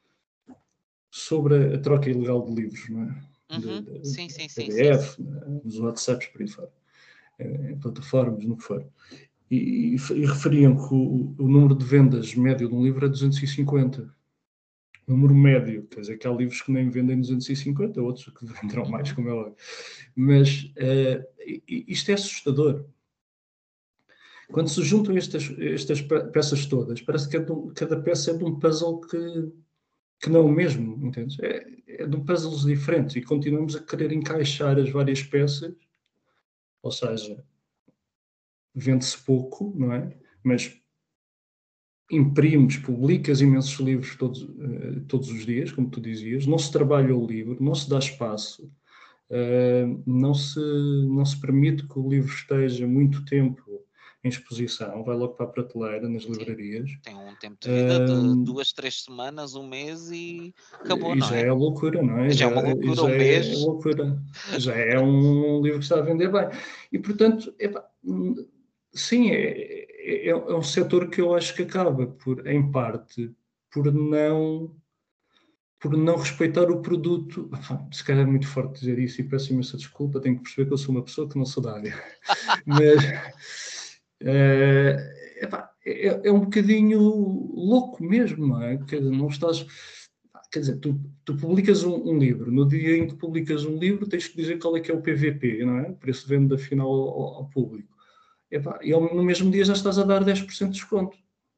sobre a troca ilegal de livros, não é? Uhum. De, de, sim, sim, sim. P D F, sim, sim. Nos WhatsApps, por aí fora, em plataformas, no que for. E, e, e referiam que o, o número de vendas médio de um livro é duzentos e cinquenta. Número médio, quer dizer que há livros que nem vendem duzentos e cinquenta, outros que venderão mais, como é óbvio. Mas uh, isto é assustador. Quando se juntam estas, estas peças todas, parece que é um, cada peça é de um puzzle que, que não é o mesmo, entendes? É, é de um puzzles diferentes e continuamos a querer encaixar as várias peças, ou seja, vende-se pouco, não é? Mas imprimes, publicas imensos livros todos, uh, todos os dias, como tu dizias, não se trabalha o livro, não se dá espaço, uh, não, se, não se permite que o livro esteja muito tempo em exposição, vai logo para a prateleira, nas livrarias. Sim, tem um tempo de vida uh, de duas, três semanas, um mês e acabou, e não já é? é loucura, não é? Já, já é uma loucura, já um é mês. loucura. Já é um livro que está a vender bem. E, portanto, epa, sim, é, é, é um setor que eu acho que acaba, por, em parte, por não, por não respeitar o produto. Se calhar é muito forte dizer isso e peço imensa desculpa, tenho que perceber que eu sou uma pessoa que não sou da área. Mas é, epá, é, é um bocadinho louco mesmo, não é? Quer dizer, não estás... Quer dizer, tu, tu publicas um, um livro, no dia em que publicas um livro tens que dizer qual é que é o P V P, não é? O preço de venda final ao, ao público. Epá, e no mesmo dia já estás a dar dez por cento de desconto.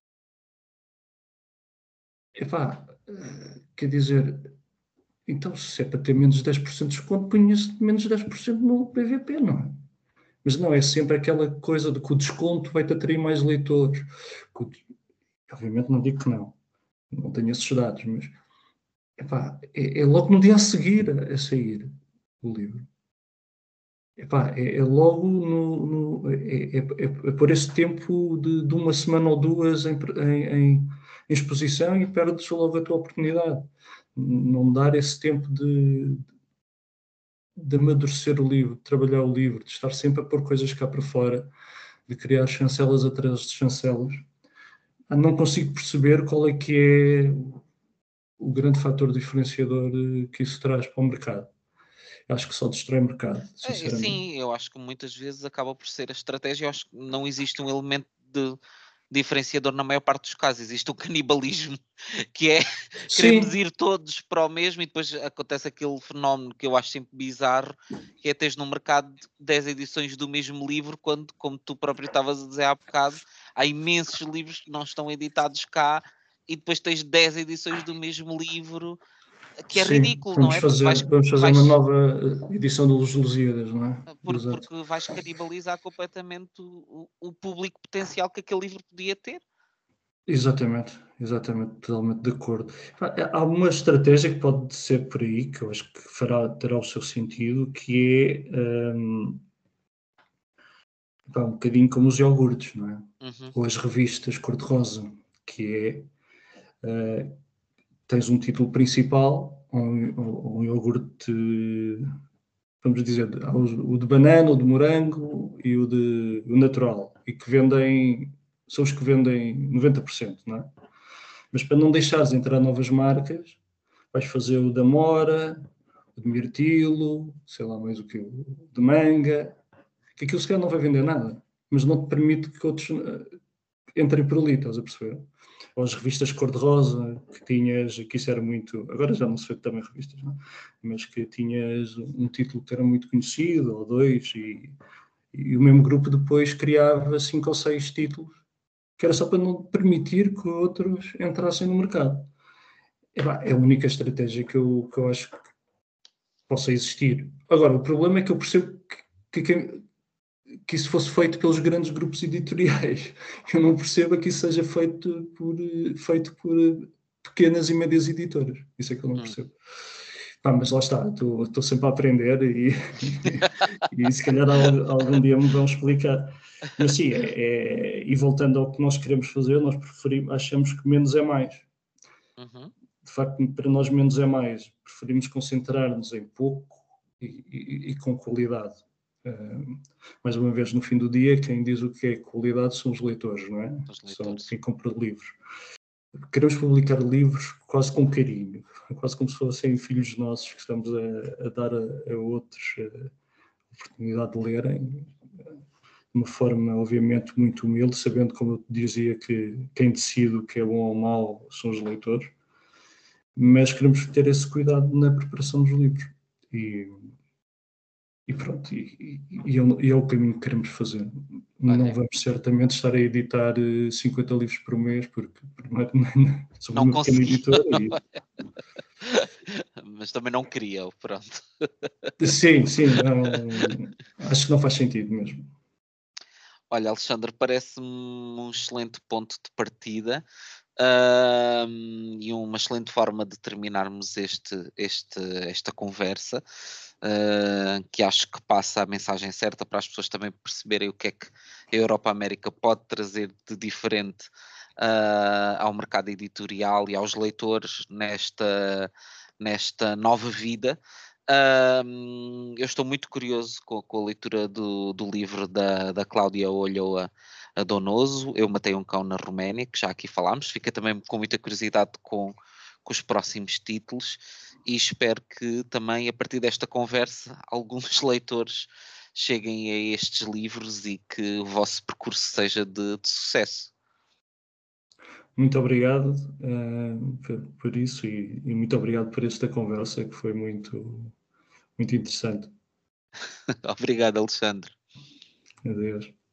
Epá, quer dizer, então se é para ter menos de dez por cento de desconto, punha-se menos de dez por cento no P V P, não é? Mas não, é sempre aquela coisa de que o desconto vai-te atrair mais leitores. Obviamente não digo que não, não tenho esses dados, mas epá, é, é logo no dia a seguir a, a sair o livro. Epá, é, é logo no, no é, é, é, é por esse tempo de, de uma semana ou duas em, em, em exposição e perdes logo a tua oportunidade. Não dar esse tempo de, de amadurecer o livro, de trabalhar o livro, de estar sempre a pôr coisas cá para fora, de criar chancelas atrás de chancelas. Não consigo perceber qual é que é o grande fator diferenciador que isso traz para o mercado. Acho que só destrói o mercado, sinceramente. Sim, eu acho que muitas vezes acaba por ser a estratégia. Eu acho que não existe um elemento de diferenciador na maior parte dos casos. Existe o canibalismo, que é queremos ir todos para o mesmo e depois acontece aquele fenómeno que eu acho sempre bizarro, que é teres no mercado dez edições do mesmo livro, quando, como tu próprio estavas a dizer há bocado, há imensos livros que não estão editados cá e depois tens dez edições do mesmo livro, que é Sim, ridículo, não vamos é? Porque fazer, vais, vamos fazer vais, uma nova eh, edição do Os Lusíadas, não é? por- Exato. porque vais canibalizar completamente o, o- o público potencial que aquele livro podia ter. Exatamente, exatamente, totalmente de acordo. Pá, há uma estratégia que pode ser por aí, que eu acho que fará, terá o seu sentido, que é hum, pá, um bocadinho como os iogurtes, não é? Uhum, Ou as revistas cor-de-rosa, que é, eh, tens um título principal, um, um um iogurte, vamos dizer, há o o de banana, o de morango e o de o natural, e que vendem, são os que vendem noventa por cento, não é? Mas para não deixares entrar novas marcas, vais fazer o da Mora, o de Mirtilo, sei lá mais o que, o de Manga, que aquilo se calhar não vai vender nada, mas não te permite que outros eh, entrem por ali, estás a perceber? Ou as revistas cor-de-rosa, que tinhas, que isso era muito, agora já não se vê também revistas, não é? Mas que tinhas um título que era muito conhecido, ou dois, e, e o mesmo grupo depois criava cinco ou seis títulos, que era só para não permitir que outros entrassem no mercado. Epá, é a única estratégia que eu, que eu acho que possa existir. Agora, o problema é que eu percebo que, que, que isso fosse feito pelos grandes grupos editoriais. Eu não percebo que isso seja feito por, feito por pequenas e médias editoras. Isso é que eu não hum. percebo. Pá, mas lá está, estou, estou sempre a aprender e, e, se calhar algum dia me vão explicar. Mas sim, é, é, e voltando ao que nós queremos fazer, nós preferimos, achamos que menos é mais. Uhum. De facto, para nós menos é mais. Preferimos concentrar-nos em pouco e, e, e com qualidade. Uh, mais uma vez, no fim do dia, quem diz o que é qualidade são os leitores, não é? Os São leitores. quem compra livros. Queremos publicar livros quase com carinho, quase como se fossem filhos nossos que estamos a, a dar a, a outros a oportunidade de lerem, de uma forma, obviamente, muito humilde, sabendo, como eu dizia, que quem decide o que é bom ou mau são os leitores, mas queremos ter esse cuidado na preparação dos livros. E, e pronto, e, e, e, é, e é o caminho que queremos fazer. Não Olha, vamos certamente estar a editar cinquenta livros por mês, porque primeiro somos não uma pequena consegui. editora e Mas também não queria, pronto. sim, sim, não, acho que não faz sentido mesmo. Olha, Alexandre, parece-me um excelente ponto de partida, hum, e uma excelente forma de terminarmos este, este, esta conversa, hum, que acho que passa a mensagem certa para as pessoas também perceberem o que é que a Europa América pode trazer de diferente, ah, ao mercado editorial e aos leitores nesta, nesta nova vida. Hum, eu estou muito curioso com, com a leitura do, do livro da, da Cláudia Olhoa a Donoso, Eu Matei um Cão na Roménia, que já aqui falámos. Fica também com muita curiosidade com, com os próximos títulos e espero que também, a partir desta conversa, alguns leitores cheguem a estes livros e que o vosso percurso seja de, de sucesso. Muito obrigado uh, por, por, isso e, e muito obrigado por esta conversa que foi muito, muito interessante. Obrigado, Alexandre. Adeus.